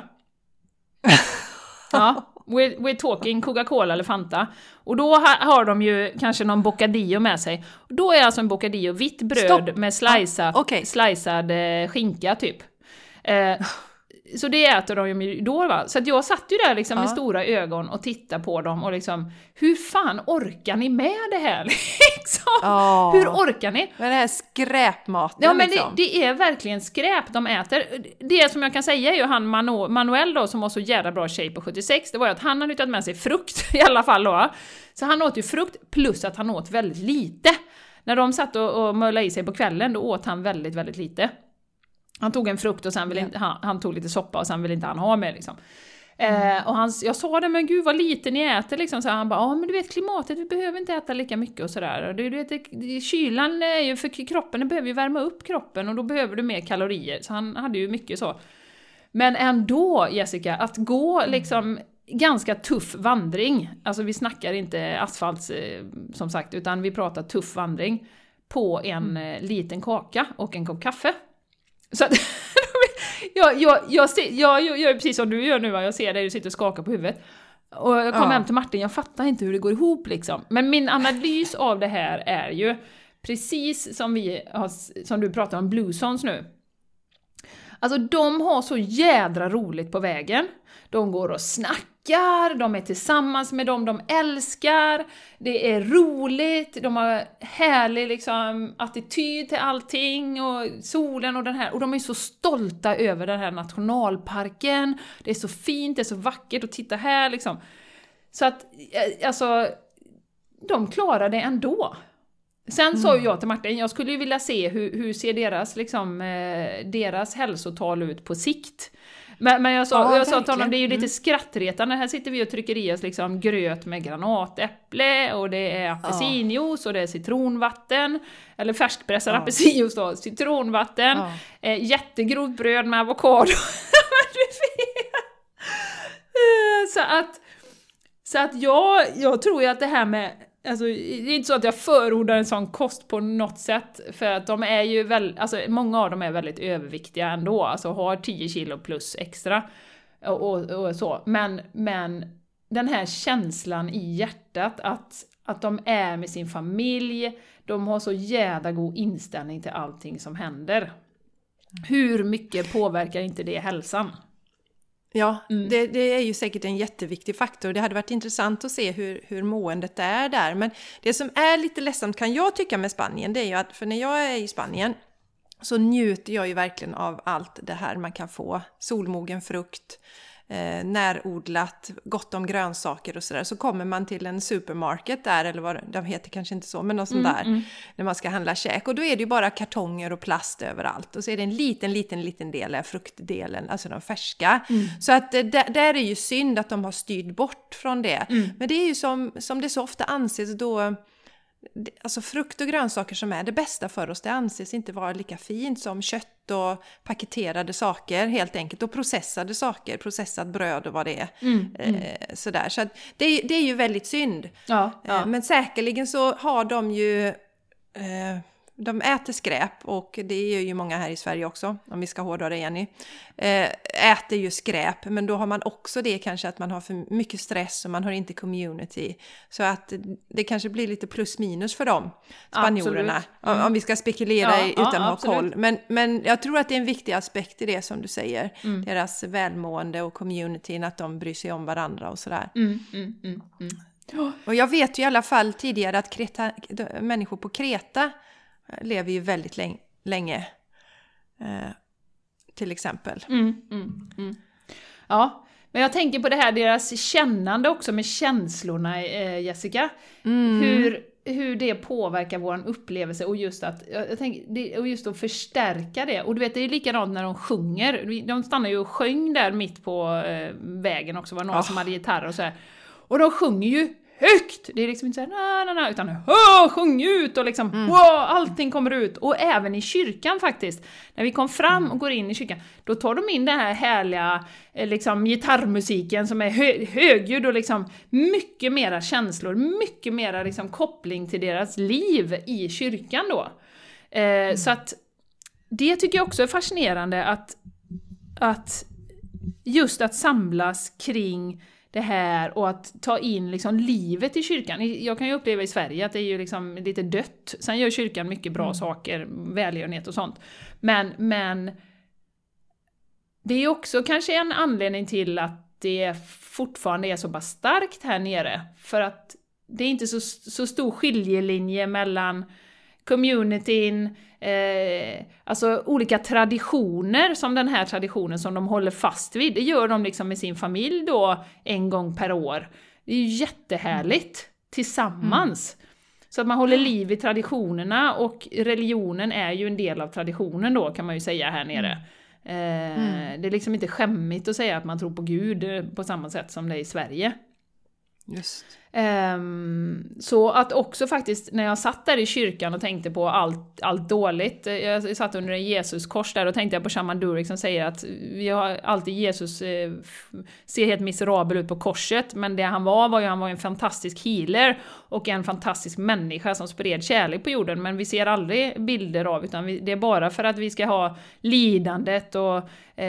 Ja, we're, we're talking Coca-Cola eller Fanta. Och då ha, har de ju kanske någon bocadillo med sig. Och då är alltså en bocadillo vitt bröd Stopp. med slicead, ah, okay. slicead eh, skinka typ. Eh, så det äter de ju då, va? Så att jag satt ju där liksom ja. med stora ögon och tittade på dem och liksom, hur fan orkar ni med det här? liksom? Oh. Hur orkar ni? Men det här skräpmaten Ja, men liksom. det, det är verkligen skräp de äter. Det som jag kan säga är ju han Manu, Manuel då, som var så jävla bra shape på sjuttiosex, det var ju att han hade tagit med sig frukt i alla fall då. Så han åt ju frukt plus att han åt väldigt lite. När de satt och, och möllade i sig på kvällen, då åt han väldigt, väldigt lite. Han tog en frukt och sen ville inte, han, han tog lite soppa och sen ville inte han ha med liksom. Mm. Eh, och han, jag sa det, men gud vad lite ni äter liksom. Så han bara, ja men du vet klimatet, vi behöver inte äta lika mycket och sådär. Och du, du vet, det, kylan är ju för kroppen, den behöver ju värma upp kroppen och då behöver du mer kalorier. Så han hade ju mycket så. Men ändå, Jessica, att gå liksom ganska tuff vandring. Alltså vi snackar inte asfalt som sagt, utan vi pratar tuff vandring på en mm. liten kaka och en kopp kaffe. Så att, jag, jag, jag, ser, jag, jag gör precis som du gör nu, va? Jag ser dig, du sitter och skakar på huvudet. Och jag kom ja. hem till Martin, jag fattar inte hur det går ihop liksom. Men min analys av det här är ju precis som, vi har, som du pratar om Blue Zones nu. Alltså de har så jädra roligt på vägen. De går och snackar, de är tillsammans med dem de älskar, det är roligt, de har härlig liksom, attityd till allting och solen och den här, och de är så stolta över den här nationalparken. Det är så fint, det är så vackert att titta här liksom. Så att, alltså, de klarar det ändå. Sen mm. sa jag till Martin, jag skulle ju vilja se hur, hur ser deras, liksom, eh, deras hälsotal ut på sikt. Men, men jag sa, ja, jag sa till honom, det är ju lite mm. skrattretande. Här sitter vi och trycker i oss liksom gröt med granatäpple och det är apelsinjuice och det är citronvatten. Eller färskpressad ja. apelsinjuice då, citronvatten. Ja. Eh, jättegrovt bröd med avokado. så att, så att jag, jag tror ju att det här med... Alltså, det är inte så att jag förordar en sån kost på något sätt, för att de är ju väl, alltså många av dem är väldigt överviktiga ändå, alltså har tio kilo plus extra och, och, och så, men, men den här känslan i hjärtat att, att de är med sin familj, de har så jävla god inställning till allting som händer. Hur mycket påverkar inte det hälsan? Ja, mm. det, det är ju säkert en jätteviktig faktor. Det hade varit intressant att se hur, hur måendet är där. Men det som är lite ledsamt kan jag tycka med Spanien, det är ju att för när jag är i Spanien så njuter jag ju verkligen av allt det här man kan få. Solmogen frukt, eh, närodlat, gott om grönsaker och sådär. Så kommer man till en supermarket där, eller vad de heter kanske inte så, men något sånt där, mm, mm. när man ska handla käk. Och då är det ju bara kartonger och plast överallt. Och så är det en liten, liten, liten del av fruktdelen, alltså de färska. Mm. Så att det, där är ju synd att de har styrt bort från det. Mm. Men det är ju som, som det så ofta anses då... Alltså frukt och grönsaker som är det bästa för oss, det anses inte vara lika fint som kött och paketerade saker helt enkelt, och processade saker, processat bröd och vad det är. Mm, mm. Eh, sådär. Så att det, det är ju väldigt synd. Ja, ja. Eh, men säkerligen så har de ju... Eh, de äter skräp, och det är ju många här i Sverige också, om vi ska hårdra det igen. Eh, äter ju skräp, men då har man också det kanske att man har för mycket stress och man har inte community. Så att det kanske blir lite plus minus för dem, spanjorerna. Mm. Om, om vi ska spekulera ja, utan ja, att ha koll. Men, men jag tror att det är en viktig aspekt i det som du säger. Mm. Deras välmående och communityn, att de bryr sig om varandra och sådär. Mm, mm, mm, mm. Och jag vet ju i alla fall tidigare att Kreta, människor på Kreta lever ju väldigt länge, länge eh, till exempel. Mm, mm, mm. Ja, men jag tänker på det här, deras kännande också med känslorna, eh, Jessica. Mm. Hur, hur det påverkar vår upplevelse, och just att jag tänker, det, och just att förstärka det. Och du vet, det är likadant när de sjunger. De stannar ju och sjöng där mitt på eh, vägen också, var några oh. som hade gitarr och så här. Och de sjunger ju högt, det är liksom inte såhär na, na, na, utan Åh, sjung ut och liksom mm. wow, allting kommer ut. Och även i kyrkan faktiskt, när vi kom fram och går in i kyrkan, då tar de in den här härliga liksom gitarrmusiken som är hö- högljudd och liksom mycket mera känslor, mycket mera liksom koppling till deras liv i kyrkan då. Eh, mm. Så att det tycker jag också är fascinerande, att, att just att samlas kring det här och att ta in liksom livet i kyrkan. Jag kan ju uppleva i Sverige att det är ju liksom lite dött. Sen gör kyrkan mycket bra mm. saker, välgörenhet och sånt. Men, men det är också kanske en anledning till att det fortfarande är så bara starkt här nere. För att det är inte så, så stor skiljelinje mellan communityn, eh, alltså olika traditioner, som den här traditionen som de håller fast vid. Det gör de liksom med sin familj då en gång per år. Det är ju jättehärligt mm. tillsammans. Mm. Så att man håller liv i traditionerna, och religionen är ju en del av traditionen då, kan man ju säga här nere. Mm. Eh, mm. Det är liksom inte skämmigt att säga att man tror på Gud på samma sätt som det är i Sverige. Just. Um, så att också faktiskt när jag satt där i kyrkan och tänkte på allt, allt dåligt, jag satt under en Jesuskors där och tänkte jag på Shaman Durek som säger att vi har alltid Jesus eh, ser helt miserabel ut på korset, men det han var var ju han var en fantastisk healer och en fantastisk människa som spred kärlek på jorden, men vi ser aldrig bilder av, utan vi, det är bara för att vi ska ha lidandet och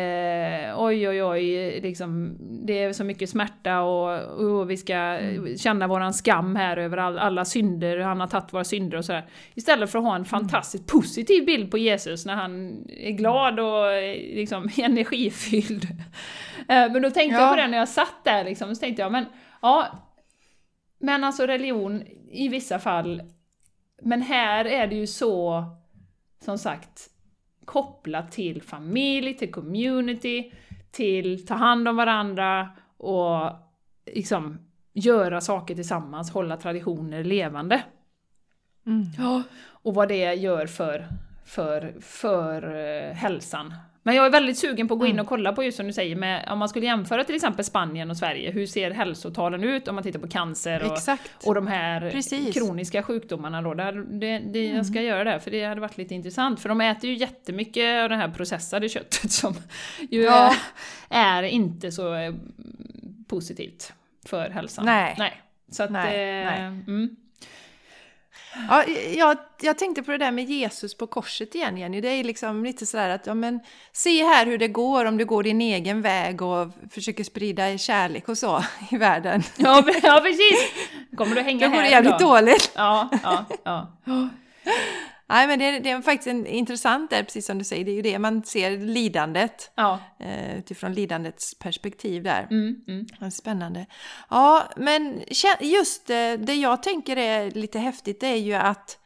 eh, oj oj oj liksom, det är så mycket smärta och, och vi ska mm. känna känna våran skam här över all, alla synder, han har tagit våra synder och sådär. Istället för att ha en fantastiskt positiv bild på Jesus när han är glad och liksom energifylld. Men då tänkte ja. jag på det när jag satt där liksom, så tänkte jag, men ja, men alltså religion i vissa fall, men här är det ju så, som sagt, kopplat till familj, till community, till ta hand om varandra och liksom göra saker tillsammans, hålla traditioner levande. Mm. Ja, och vad det gör för, för, för uh, hälsan. Men jag är väldigt sugen på att gå in och kolla på just som du säger, med, om man skulle jämföra till exempel Spanien och Sverige, hur ser hälsotalen ut om man tittar på cancer och, och de här Precis. kroniska sjukdomarna då. Det, det, det, mm. Jag ska göra det, för det hade varit lite intressant, för de äter ju jättemycket av det här processade köttet som ju ja. är, är inte så eh, positivt för hälsan. Nej. Nej. Så att, nej, eh, nej. Mm. Ja, jag, jag tänkte på det där med Jesus på korset igen, Jenny. Det är liksom lite sådär att, ja, men se här hur det går om du går din egen väg och försöker sprida kärlek och så i världen. Ja, ja precis. Kommer du hänga här? Det går jävligt då? dåligt. Ja, ja, ja. Nej, men det, det är faktiskt en, intressant där, precis som du säger. Det är ju det man ser, lidandet. Ja. Eh, utifrån lidandets perspektiv där. Mm, mm. Spännande. Ja, men just det, det jag tänker är lite häftigt, det är ju att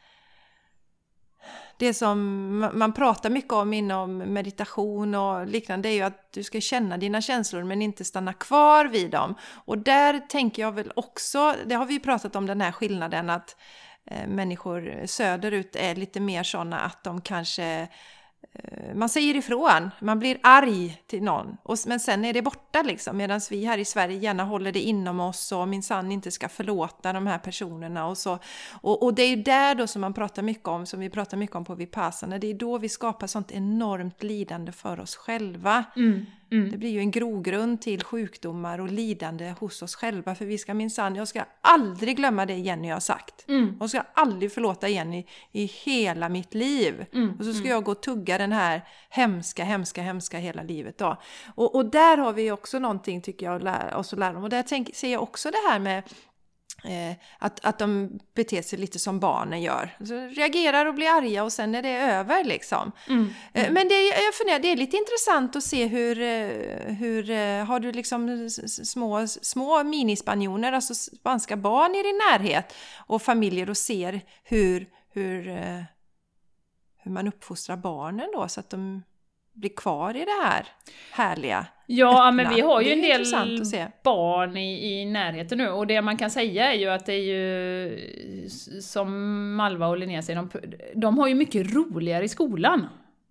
det som man pratar mycket om inom meditation och liknande, är ju att du ska känna dina känslor men inte stanna kvar vid dem. Och där tänker jag väl också, det har vi ju pratat om, den här skillnaden att människor söderut är lite mer sådana att de kanske, man säger ifrån, man blir arg till någon, och, men sen är det borta liksom, medan vi här i Sverige gärna håller det inom oss och minsann inte ska förlåta de här personerna och så. Och, och det är ju där då som man pratar mycket om, som vi pratar mycket om på Vipassana, det är då vi skapar sånt enormt lidande för oss själva. Mm. Mm. Det blir ju en grogrund till sjukdomar och lidande hos oss själva. För vi ska minsann, jag ska aldrig glömma det Jenny har sagt. Mm. Och ska aldrig förlåta Jenny i hela mitt liv. Mm. Och så ska mm. jag gå och tugga den här hemska, hemska, hemska hela livet då. Och, och där har vi också någonting, tycker jag, att lära oss att lära om. Och där tänk, ser jag också det här med Eh, att, att de beter sig lite som barnen gör. Så reagerar och blir arga och sen är det över liksom. Mm. Mm. Eh, men det, jag funderar, det är lite intressant att se hur, hur har du liksom små, små minispanjoner, alltså spanska barn i din närhet och familjer, och ser hur, hur, hur man uppfostrar barnen då så att de blir kvar i det här härliga. Ja, öppna. Men vi har ju en del barn i, i närheten nu, och det man kan säga är ju att det är ju, som Malva och Linnea säger, de, de har ju mycket roligare i skolan.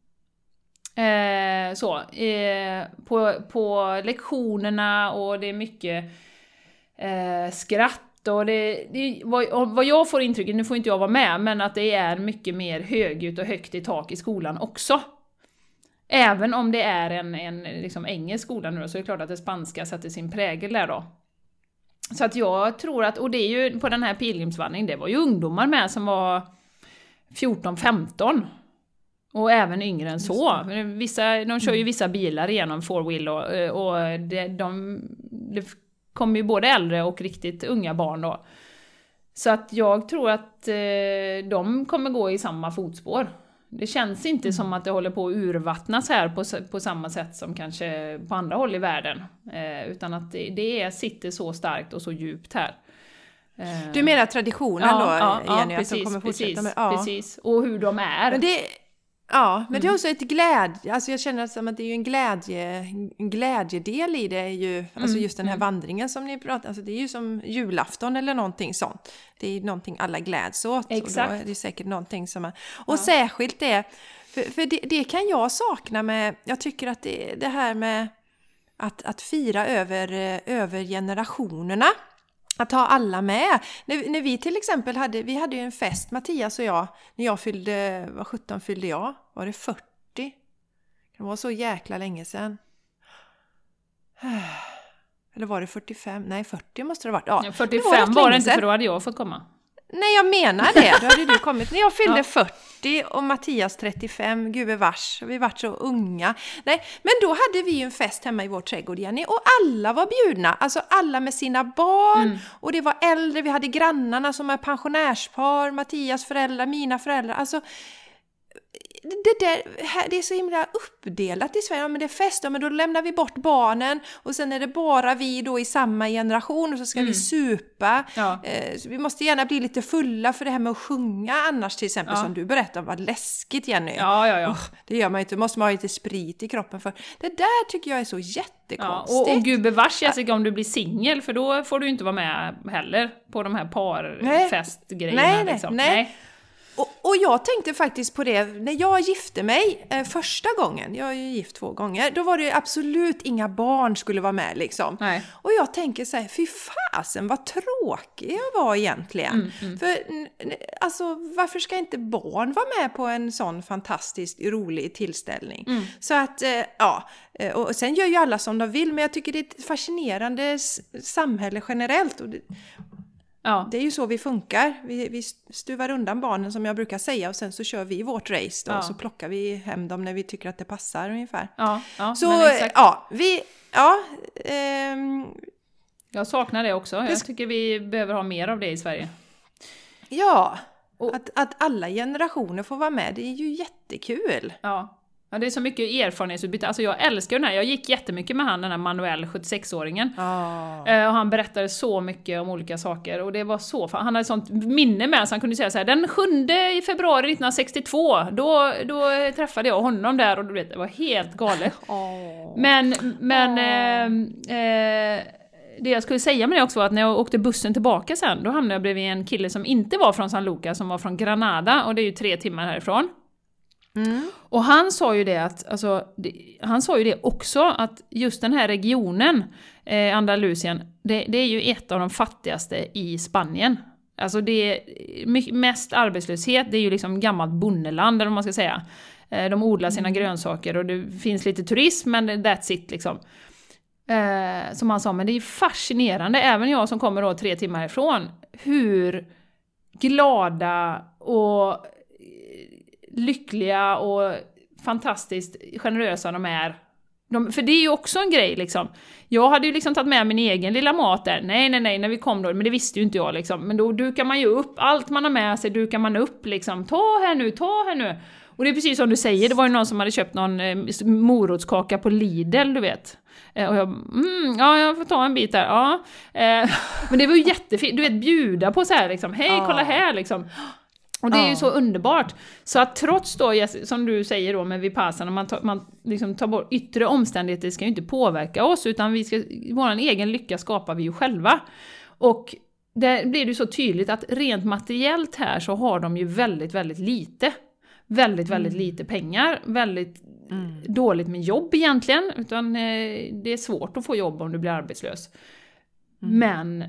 Eh, så, eh, på, på lektionerna, och det är mycket eh, skratt, och det, det vad, vad jag får intrycket, nu får inte jag vara med, men att det är mycket mer högljutt och högt i tak i skolan också. Även om det är en, en liksom engelsk skola nu då, så är det klart att det spanska sätter sin prägel där då. Så att jag tror att, och det är ju på den här pilgrimsvandringen, det var ju ungdomar med som var fjorton femton. Och även yngre än så. Vissa, de kör ju vissa bilar igenom four-wheel, och, och det, de, det kommer ju både äldre och riktigt unga barn då. Så att jag tror att eh, de kommer gå i samma fotspår. Det känns inte mm. som att det håller på att urvattnas här på, på samma sätt som kanske på andra håll i världen. Eh, utan att det, det är, sitter så starkt och så djupt här. Eh, du menar traditionen ja, då, ja, Jenny? Ja, precis, att de kommer precis, med, ja. precis. Och hur de är. Men det, ja, men mm. det är också ett glädje. Alltså jag känner som att det är ju en glädje, en glädjedel i det. Är ju, mm. Alltså just den här mm. vandringen som ni pratar, alltså det är ju som julafton eller någonting sånt. Det är någonting alla gläds åt. Exakt. Och då är det säkert någonting som är, och ja. särskilt det, för, för det, det kan jag sakna med, jag tycker att det, det här med att, att fira över, över generationerna. Att ha alla med. När, när vi till exempel hade, vi hade ju en fest, Mattias och jag, när jag fyllde, vad sjutton fyllde jag? Var det fyrtio? Det var så jäkla länge sedan. Eller var det fyrtiofem? Nej, fyrtio måste det ha varit. Ja, fyrtiofem det var, var det inte, för då hade jag fått komma. Nej, jag menar det. Då hade du kommit. När jag fyllde Ja. fyrtio och Mattias trettiofem, gubevars, vi var så unga. Nej, men då hade vi ju en fest hemma i vår trädgård, Jenny, och alla var bjudna. Alltså alla med sina barn, Mm. och det var äldre, vi hade grannarna som är pensionärspar, Mattias föräldrar, mina föräldrar. Alltså, det, där, det är så himla uppdelat i Sverige. Ja, men det är fest, ja, men då lämnar vi bort barnen och sen är det bara vi då i samma generation och så ska Mm. vi supa. Ja. Eh, så vi måste gärna bli lite fulla för det här med att sjunga annars, till exempel, Ja. som du berättade, vad läskigt, Jenny. Ja, ja, ja. Oh, det gör man inte, måste man ha lite sprit i kroppen för. Det där tycker jag är så Ja, jättekonstigt. och, och gubevars, Jessica, om du blir singel, för då får du inte vara med heller på de här parfestgrejerna. Nej, nej, liksom. nej. Och, och jag tänkte faktiskt på det, när jag gifte mig eh, första gången, jag är ju gift två gånger, då var det absolut inga barn skulle vara med liksom. Nej. Och jag tänker så här, fy fasen vad tråkig jag var egentligen. Mm, mm. För n- n- alltså, varför ska inte barn vara med på en sån fantastiskt rolig tillställning? Mm. Så att, eh, ja, eh, och sen gör ju alla som de vill, men jag tycker det är ett fascinerande s- samhälle generellt. Och det, Ja. det är ju så vi funkar. Vi, vi stuvar undan barnen som jag brukar säga och sen så kör vi vårt race då, Ja. och så plockar vi hem dem när vi tycker att det passar ungefär. Ja, ja, Så men exakt. ja, vi, ja, ehm, Jag saknar det också. Det Jag sk- tycker vi behöver ha mer av det i Sverige. ja, Och- att, att alla generationer får vara med, det är ju jättekul. Ja. Ja, det är så mycket erfarenhetsutbyte. Alltså jag älskar den här. Jag gick jättemycket med han, den här Manuel, sjuttiosex-åringen. Ja. Eh, och han berättade så mycket om olika saker. Och det var så... Han hade ett sånt minne med så han kunde säga så här: den sjunde februari nittonhundrasextiotvå, då, då träffade jag honom där. Och du vet, det var helt galet. Åh. Men, men Åh. eh, eh, det jag skulle säga med det också var att när jag åkte bussen tillbaka sen, då hamnade jag bredvid en kille som inte var från San Lucas, som var från Granada, och det är ju tre timmar härifrån. Mm. Och han sa ju det att, alltså, det, han sa ju det också, att just den här regionen, eh, Andalusien, det, det är ju ett av de fattigaste i Spanien. Alltså det är mycket, mest arbetslöshet, det är ju liksom gammalt bondeland, eller vad man ska säga. Eh, de odlar sina Mm. grönsaker och det finns lite turism, men that's it liksom. Eh, som han sa, men det är fascinerande, även jag som kommer då tre timmar ifrån, hur glada och lyckliga och fantastiskt generösa de är. De, för det är ju också en grej liksom. Jag hade ju liksom tagit med min egen lilla mat där. Nej, nej, nej, när vi kom då. Men det visste ju inte jag liksom. Men då dukar man ju upp. Allt man har med sig dukar man upp liksom. Ta här nu, ta här nu. Och det är precis som du säger. Det var ju någon som hade köpt någon eh, morotskaka på Lidl, du vet. Eh, och jag, mm, ja, jag får ta en bit där. Ja. Eh, men det var ju jättefint. Du vet, bjuda på så här liksom. Hej, Ja. kolla här liksom. Och det är ju Ja. så underbart. Så att trots då, som du säger då med Vipassana, man tar, man liksom tar bort yttre omständigheter, det ska ju inte påverka oss, utan vi ska, vår egen lycka skapar vi ju själva. Och där blir det ju så tydligt att rent materiellt här så har de ju väldigt, väldigt lite. Väldigt, väldigt Mm. lite pengar. Väldigt Mm. dåligt med jobb egentligen. Utan eh, det är svårt att få jobb om du blir arbetslös. Mm. Men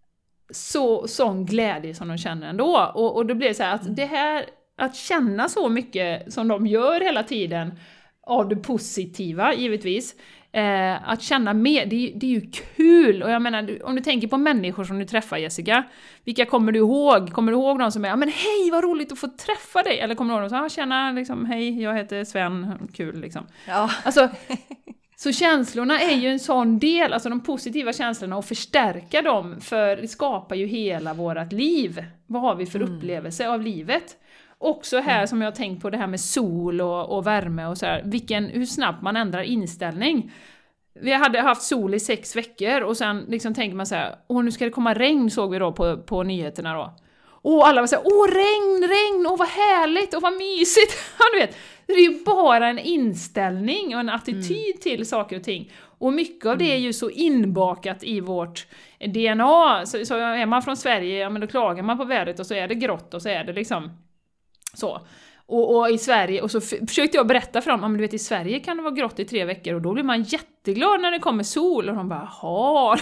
så, sån glädje som de känner ändå. Och, och då blir det så här att det här, att känna så mycket som de gör hela tiden av det positiva, givetvis. Eh, att känna mer, det, det är ju kul. Och jag menar, om du tänker på människor som du träffar, Jessica, vilka kommer du ihåg? Kommer du ihåg någon som är, ja men hej, vad roligt att få träffa dig? Eller kommer du ihåg någon som, ja tjena, liksom, hej, jag heter Sven, kul liksom. Ja. Alltså, så känslorna är ju en sån del, alltså de positiva känslorna, och förstärka dem, för det skapar ju hela vårat liv. Vad har vi för Mm. upplevelse av livet? Också här som jag har tänkt på det här med sol och, och värme och så här, vilken, hur snabbt man ändrar inställning. Vi hade haft sol i sex veckor och sen liksom tänker man så här, åh nu ska det komma regn, såg vi då på, på nyheterna då. Och alla var så här, åh regn, regn, åh vad härligt, åh vad mysigt. Ja, du vet, det är ju bara en inställning och en attityd mm. till saker och ting. Och mycket av det är ju så inbakat i vårt D N A. Så, så är man från Sverige, ja men då klagar man på vädret och så är det grått och så är det liksom så. Och, och i Sverige, och så f- försökte jag berätta för dem, ja men du vet i Sverige kan det vara grått i tre veckor och då blir man jätteglad när det kommer sol och de bara, jaha.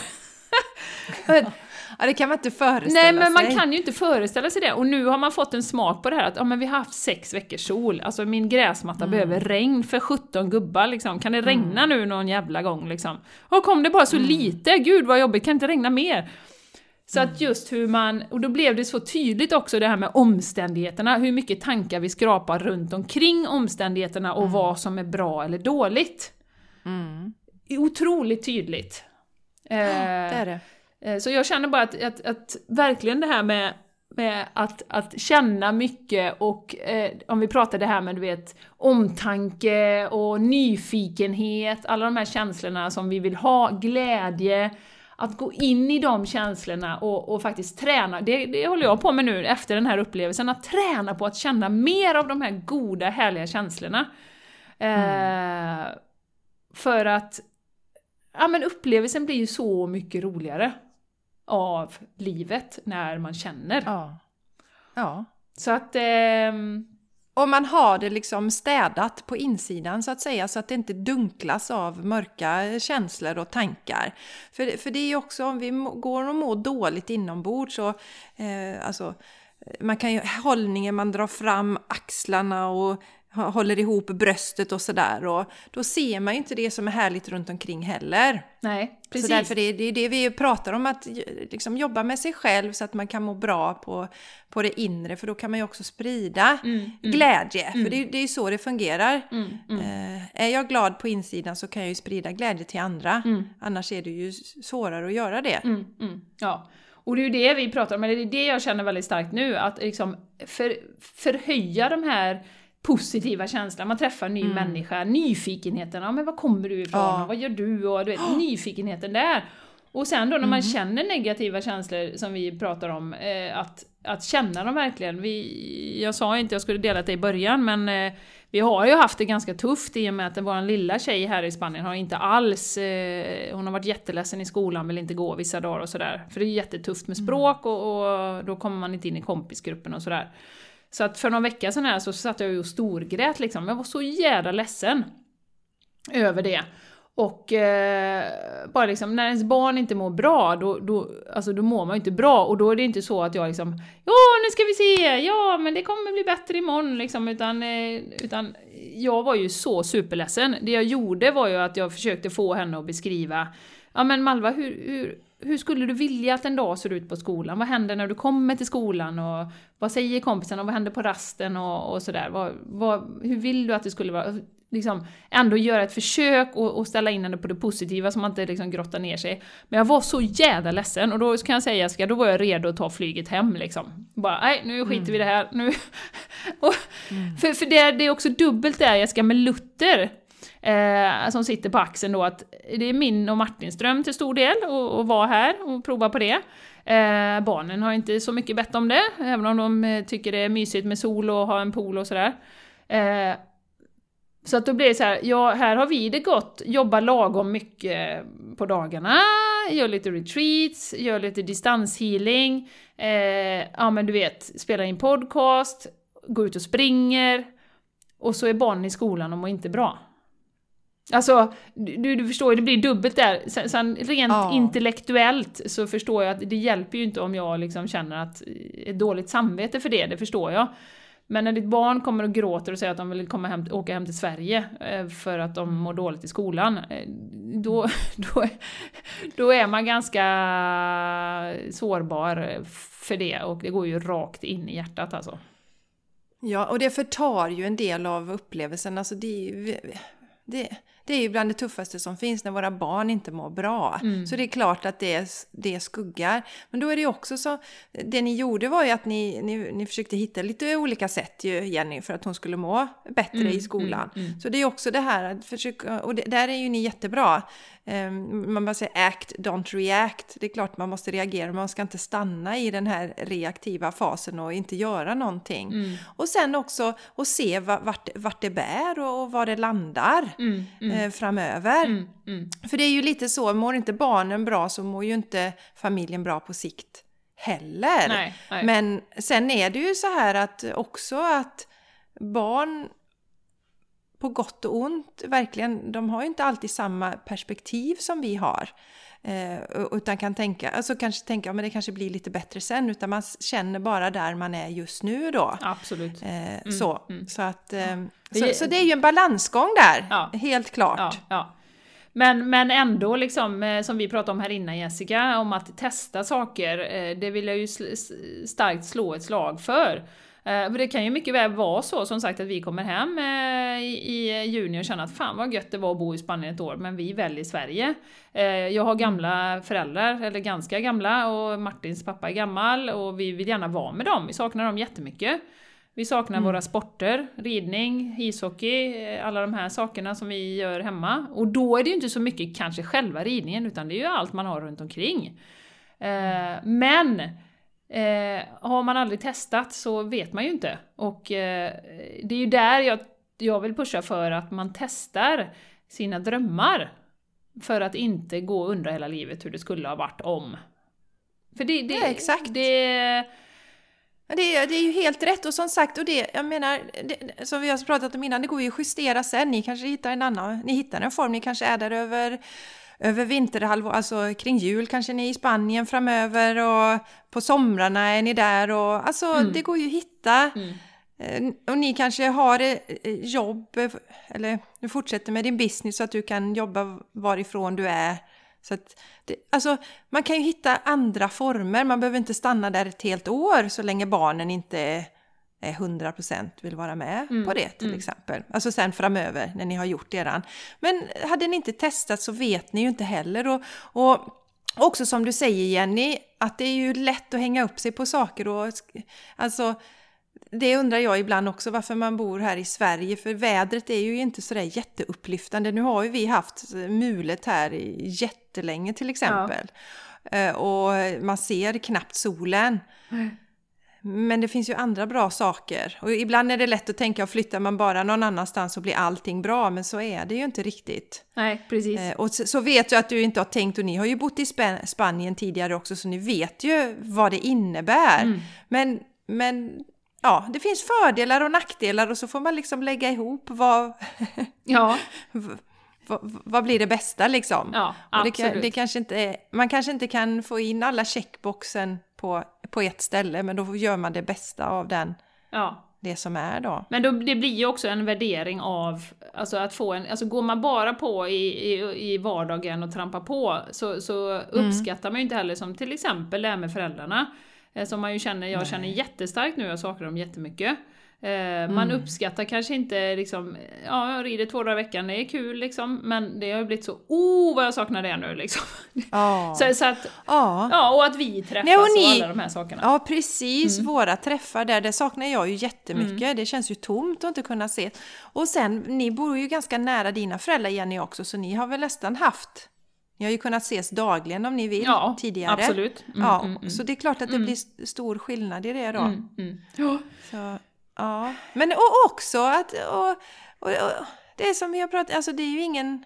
Ja, det kan man inte föreställa Nej, men man sig. kan ju inte föreställa sig det. Och nu har man fått en smak på det här att ja, men vi har haft sex veckors sol. Alltså min gräsmatta mm. behöver regn för sjutton gubbar liksom. Kan det regna mm. nu någon jävla gång liksom? Och kom det bara så mm. lite? Gud vad jobbigt, kan inte regna mer? Så att just hur man, och då blev det så tydligt också det här med omständigheterna, hur mycket tankar vi skrapar runt omkring omständigheterna och mm. vad som är bra eller dåligt. Mm. Otroligt tydligt. Ja, det är det. Så jag känner bara att, att, att verkligen det här med, med att, att känna mycket och eh, om vi pratar det här med du vet omtanke och nyfikenhet, alla de här känslorna som vi vill ha, glädje, att gå in i de känslorna och, och faktiskt träna, det, det håller jag på med nu efter den här upplevelsen, att träna på att känna mer av de här goda, härliga känslorna. Mm. Eh, för att ja, men upplevelsen blir ju så mycket roligare av livet när man känner. Ja. Ja. Så att... Eh, och man har det liksom städat på insidan så att säga, så att det inte dunklas av mörka känslor och tankar. För, för det är ju också, om vi går och mår dåligt inombords så, eh, alltså, man kan ju, hållningen, man drar fram axlarna och håller ihop bröstet och sådär, och då ser man ju inte det som är härligt runt omkring heller. Nej, precis. Så därför är det det vi pratar om, att liksom jobba med sig själv så att man kan må bra på, på det inre, för då kan man ju också sprida mm, mm, glädje, mm. för det, det är ju så det fungerar. Mm, mm. Eh, är jag glad på insidan så kan jag ju sprida glädje till andra, mm. annars är det ju svårare att göra det. Mm, mm, ja. Och det är ju det vi pratar om, men det är det jag känner väldigt starkt nu, att liksom för, förhöja de här positiva känslan, man träffar en ny mm. människa, nyfikenheten, ja, men var kommer du ifrån, ja. och vad gör du, och du vet, oh. nyfikenheten där. Och sen då när man mm. känner negativa känslor som vi pratar om, eh, att, att känna dem verkligen. Vi, jag sa inte jag skulle dela det i början, men eh, vi har ju haft det ganska tufft i och med att vår lilla tjej här i Spanien har inte alls, eh, hon har varit jätteledsen i skolan, vill inte gå vissa dagar och sådär. För det är jättetufft med språk mm. och, och då kommer man inte in i kompisgruppen och sådär. Så att för någon vecka sedan här så satt jag ju och storgrät liksom. Jag var så jävla ledsen över det. Och eh, bara liksom, när ens barn inte mår bra, då, då, alltså, då mår man ju inte bra. Och då är det inte så att jag liksom, ja nu ska vi se, ja men det kommer bli bättre imorgon liksom. Utan, eh, utan jag var ju så superledsen. Det jag gjorde var ju att jag försökte få henne att beskriva, ja men Malva, hur... hur Hur skulle du vilja att en dag ser ut på skolan? Vad händer när du kommer till skolan? Och vad säger kompisen? Och vad händer på rasten? Och, och sådär. Vad, vad, hur vill du att det skulle vara? Liksom, ändå göra ett försök och, och ställa in henne på det positiva, så man inte liksom grottar ner sig. Men jag var så jävla ledsen. Och då kan jag säga, ska, då var jag redo att ta flyget hem. Liksom. Bara, nej, nu skiter mm. vi det här. Nu. och, mm. För, för det, det är också dubbelt där jag ska med Luther. Eh, som sitter på axeln då, att det är min och Martins dröm till stor del att vara här och prova på det. Eh, barnen har inte så mycket bett om det, även om de eh, tycker det är mysigt med sol och ha en pool och sådär. Eh, så att då blir det så här, ja, här har vi det gott, jobba lagom mycket på dagarna, gör lite retreats, gör lite distanshealing, eh, ja men du vet, spela in podcast, gå ut och springer, och så är barnen i skolan och mår inte bra. Alltså, du, du förstår ju, det blir dubbelt där. Sen, sen rent ja. intellektuellt så förstår jag att det hjälper ju inte om jag liksom känner att ett dåligt samvete för det, det förstår jag. Men när ditt barn kommer och gråter och säger att de vill komma hem, åka hem till Sverige för att de mår dåligt i skolan, då, då, då är man ganska sårbar för det, och det går ju rakt in i hjärtat alltså. Ja, och det förtar ju en del av upplevelsen. Alltså det, det, det är ju bland det tuffaste som finns när våra barn inte mår bra. Mm. Så det är klart att det, det skuggar. Men då är det ju också så, det ni gjorde var ju att ni, ni, ni försökte hitta lite olika sätt ju, Jenny, för att hon skulle må bättre mm, i skolan. Mm, mm. Så det är också det här att försöka, och det, där är ju ni jättebra. Um, man bara säger act, don't react. Det är klart man måste reagera, man ska inte stanna i den här reaktiva fasen och inte göra någonting. Mm. Och sen också att se vart, vart det bär och, och var det landar mm, mm. Eh, framöver. Mm, mm. För det är ju lite så, mår inte barnen bra så mår ju inte familjen bra på sikt heller. Nej, nej. Men sen är det ju så här att också att barn på gott och ont, verkligen, de har ju inte alltid samma perspektiv som vi har. Eh, utan kan tänka, alltså kanske tänka, ja, men det kanske blir lite bättre sen, utan man känner bara där man är just nu då. Absolut. Eh, mm, så, mm. Så, att, eh, så, så det är ju en balansgång där, ja. helt klart. Ja, ja. Men, men ändå, liksom, som vi pratade om här innan Jessica, om att testa saker, det vill jag ju starkt slå ett slag för. För det kan ju mycket väl vara så, som sagt, att vi kommer hem i juni och känner att fan vad gött det var att bo i Spanien ett år, men vi väljer Sverige. Jag har gamla föräldrar, eller ganska gamla, och Martins pappa är gammal, och vi vill gärna vara med dem. Vi saknar dem jättemycket. Vi saknar mm. våra sporter, ridning, ishockey, alla de här sakerna som vi gör hemma. Och då är det ju inte så mycket kanske själva ridningen, utan det är ju allt man har runt omkring. Mm. Men eh, har man aldrig testat så vet man ju inte. Och eh, det är ju där jag, jag vill pusha för att man testar sina drömmar. För att inte gå och undra hela livet hur det skulle ha varit om. För det... det ja, exakt. Det, Det är, det är ju helt rätt, och som sagt, och det, jag menar, det, som vi har pratat om innan, det går ju att justera sen. Ni kanske hittar en annan, ni hittar en form, ni kanske är där över, över vinterhalvår, alltså kring jul kanske ni är i Spanien framöver, och på somrarna är ni där, och alltså mm. det går ju att hitta. Mm. Och ni kanske har jobb, eller du fortsätter med din business så att du kan jobba varifrån du är. Så att det, alltså, man kan ju hitta andra former. Man behöver inte stanna där ett helt år så länge barnen inte är hundra procent vill vara med mm. på det till mm. exempel. Alltså sen framöver när ni har gjort eran. Men hade ni inte testat så vet ni ju inte heller. Och, och också som du säger Jenny, att det är ju lätt att hänga upp sig på saker. Och, alltså, det undrar jag ibland också varför man bor här i Sverige, för vädret är ju inte sådär jätteupplyftande. Nu har ju vi haft mulet här jättelänge till exempel. Ja. Och man ser knappt solen. Mm. Men det finns ju andra bra saker. Och ibland är det lätt att tänka att flyttar man bara någon annanstans så blir allting bra. Men så är det ju inte riktigt. Nej, precis. Och så, så vet jag att du inte har tänkt, och ni har ju bott i Sp- Spanien tidigare också, så ni vet ju vad det innebär. Mm. Men... men ja, det finns fördelar och nackdelar, och så får man liksom lägga ihop vad, ja. vad, vad blir det bästa liksom. Ja, och det, det kanske inte är, man kanske inte kan få in alla checkboxen på, på ett ställe, men då gör man det bästa av den, ja. det som är då. Men då, det blir ju också en värdering av, alltså att få en, alltså går man bara på i, i, i vardagen och trampar på, så, så uppskattar mm. man ju inte heller, som till exempel det här med föräldrarna. Som man ju känner, jag Nej. känner jättestarkt nu, jag saknar dem jättemycket. Eh, mm. Man uppskattar kanske inte liksom, ja, jag rider två dagar i veckan, det är kul liksom, men det har ju blivit så, oh vad jag saknar det nu liksom. Oh. så, så att, oh. ja, och att vi träffas. Nej, och, ni, och alla de här sakerna. Ja, precis, mm. våra träffar där, det saknar jag ju jättemycket. Mm. Det känns ju tomt att inte kunna se. Och sen, ni bor ju ganska nära dina föräldrar, Jenny, också, så ni har väl nästan haft... Ni har ju kunnat ses dagligen om ni vill, ja, tidigare. Absolut. Mm, ja, mm, mm. Så det är klart att det mm. blir st- stor skillnad i det då. Mm, mm. Ja. Så, ja. Men och också att... Och, och, och, det är som vi har pratat... Alltså det är ju ingen...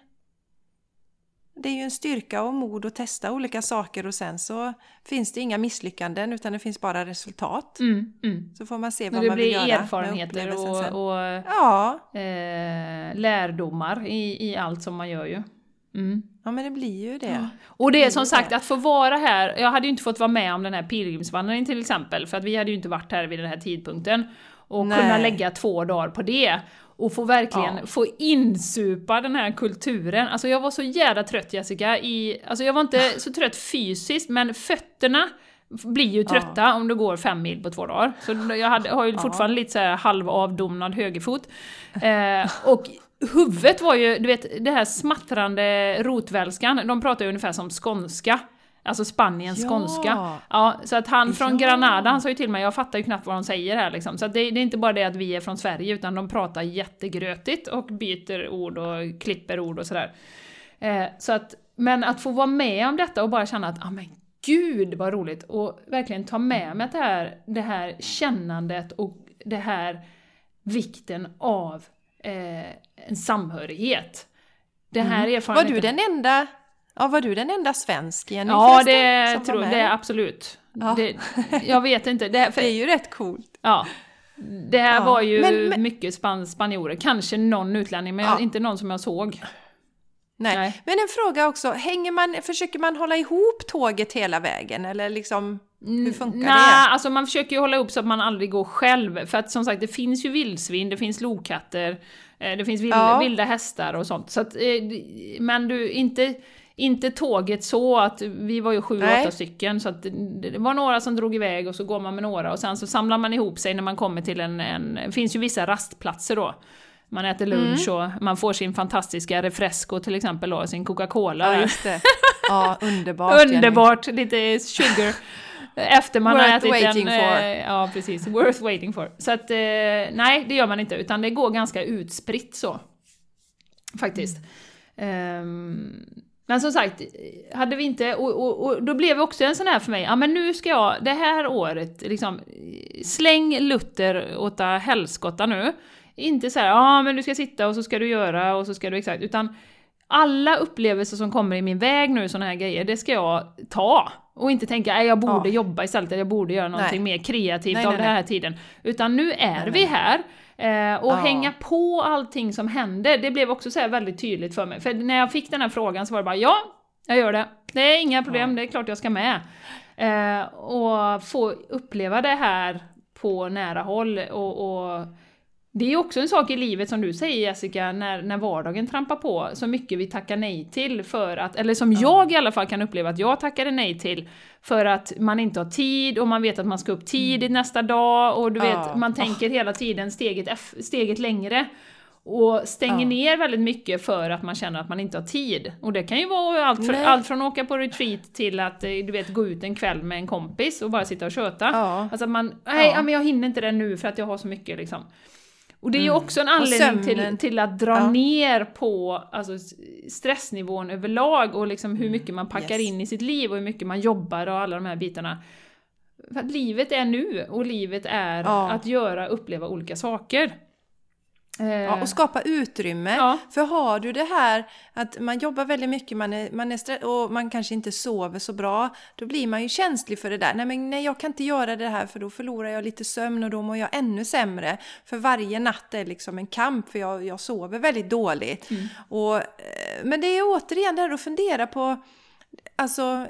Det är ju en styrka och mod att testa olika saker, och sen så finns det inga misslyckanden, utan det finns bara resultat. Mm, mm. Så får man se vad man vill göra. Det blir erfarenheter och, och ja. eh, lärdomar i, i allt som man gör ju. Mm. Ja, men det blir ju det. Ja. Och det är som sagt att få vara här. Jag hade ju inte fått vara med om den här pilgrimsvandringen till exempel, för att vi hade ju inte varit här vid den här tidpunkten. Och Nej. kunna lägga två dagar på det. Och få verkligen ja. få insupa den här kulturen. Alltså jag var så jävla trött, Jessica. I, alltså jag var inte så trött fysiskt, men fötterna blir ju trötta ja. om du går fem mil på två dagar. Så jag hade, har ju fortfarande ja. lite så här halvavdomnad högerfot. Eh, och huvudet var ju, du vet, det här smattrande rotvälskan. De pratar ju ungefär som skånska. Alltså Spaniens ja. skånska. Ja, så att han från ja. Granada, han sa ju till mig, jag fattar ju knappt vad de säger här liksom. Så att det, det är inte bara det att vi är från Sverige, utan de pratar jättegrötigt och byter ord och klipper ord och sådär. Eh, så att, men att få vara med om detta och bara känna att, ah men gud vad roligt. Och verkligen ta med mig det här, det här kännandet och det här vikten av eh, en samhörighet. Det här mm. erfarenheten. Var du den enda... Ja, var du den enda svensk, Jenny? Ja, det tror jag, det är absolut. Ja. Det, jag vet inte. Det, för, det är ju rätt coolt. Ja, det här ja. var ju men, men, mycket span, spanjorer. Kanske någon utlänning, men ja. inte någon som jag såg. Nej. Nej, men en fråga också. Hänger man, försöker man hålla ihop tåget hela vägen? Eller liksom, Hur funkar Nå, det? alltså man försöker ju hålla upp så att man aldrig går själv. För att som sagt, det finns ju vildsvin, det finns lokatter, det finns vilda, ja. vilda hästar och sånt. Så att, men du, inte, inte tåget så att vi var ju sju, Nej. åtta stycken. Så att det var några som drog iväg och så går man med några. Och sen så samlar man ihop sig när man kommer till en... en det finns ju vissa rastplatser då. Man äter lunch mm. och man får sin fantastiska refresco till exempel då, sin Coca-Cola. Ja, just det. Ja, underbart. Underbart, lite sugar. Efter man worth har ätit waiting en... for. Eh, ja, precis. Worth waiting for. Så att, eh, nej, det gör man inte. Utan det går ganska utspritt så. Faktiskt. Mm. Um, men som sagt, hade vi inte... Och, och, och då blev det också en sån här för mig. Ja, men nu ska jag det här året liksom... Släng Luther åt helskotta nu. Inte så här, ja men du ska sitta och så ska du göra och så ska du exakt. Utan alla upplevelser som kommer i min väg nu, såna här grejer, det ska jag ta. Och inte tänka, nej jag borde ja. jobba istället, jag borde göra någonting nej. mer kreativt nej, av nej, den här nej. tiden. Utan nu är nej, vi här. Eh, och ja. hänga på allting som händer. Det blev också så här väldigt tydligt för mig. För när jag fick den här frågan så var det bara, ja, jag gör det. Det är inga problem, ja. det är klart jag ska med. Eh, och få uppleva det här på nära håll. Och... och det är också en sak i livet som du säger Jessica, när, när vardagen trampar på så mycket vi tackar nej till för att, eller som ja. jag i alla fall kan uppleva att jag tackade nej till för att man inte har tid och man vet att man ska upp tidigt mm. nästa dag och du vet, ja. man tänker oh. hela tiden steget, steget längre och stänger ja. ner väldigt mycket för att man känner att man inte har tid. Och det kan ju vara allt, för, allt från att åka på retreat till att du vet, gå ut en kväll med en kompis och bara sitta och köta. Ja. Alltså att man, nej ja. men jag hinner inte det nu för att jag har så mycket liksom. Och det är ju också en anledning till, till att dra ja. ner på alltså, stressnivån överlag och liksom hur mycket man packar yes. in i sitt liv och hur mycket man jobbar och alla de här bitarna. För att livet är nu och livet är ja. att göra, uppleva olika saker. Ja, och skapa utrymme. Ja. För har du det här att man jobbar väldigt mycket man är, man är stress- och man kanske inte sover så bra, då blir man ju känslig för det där. Nej, men nej, jag kan inte göra det här för då förlorar jag lite sömn och då mår jag ännu sämre. För varje natt är liksom en kamp för jag, jag sover väldigt dåligt. Mm. Och, men det är återigen det här att fundera på, alltså...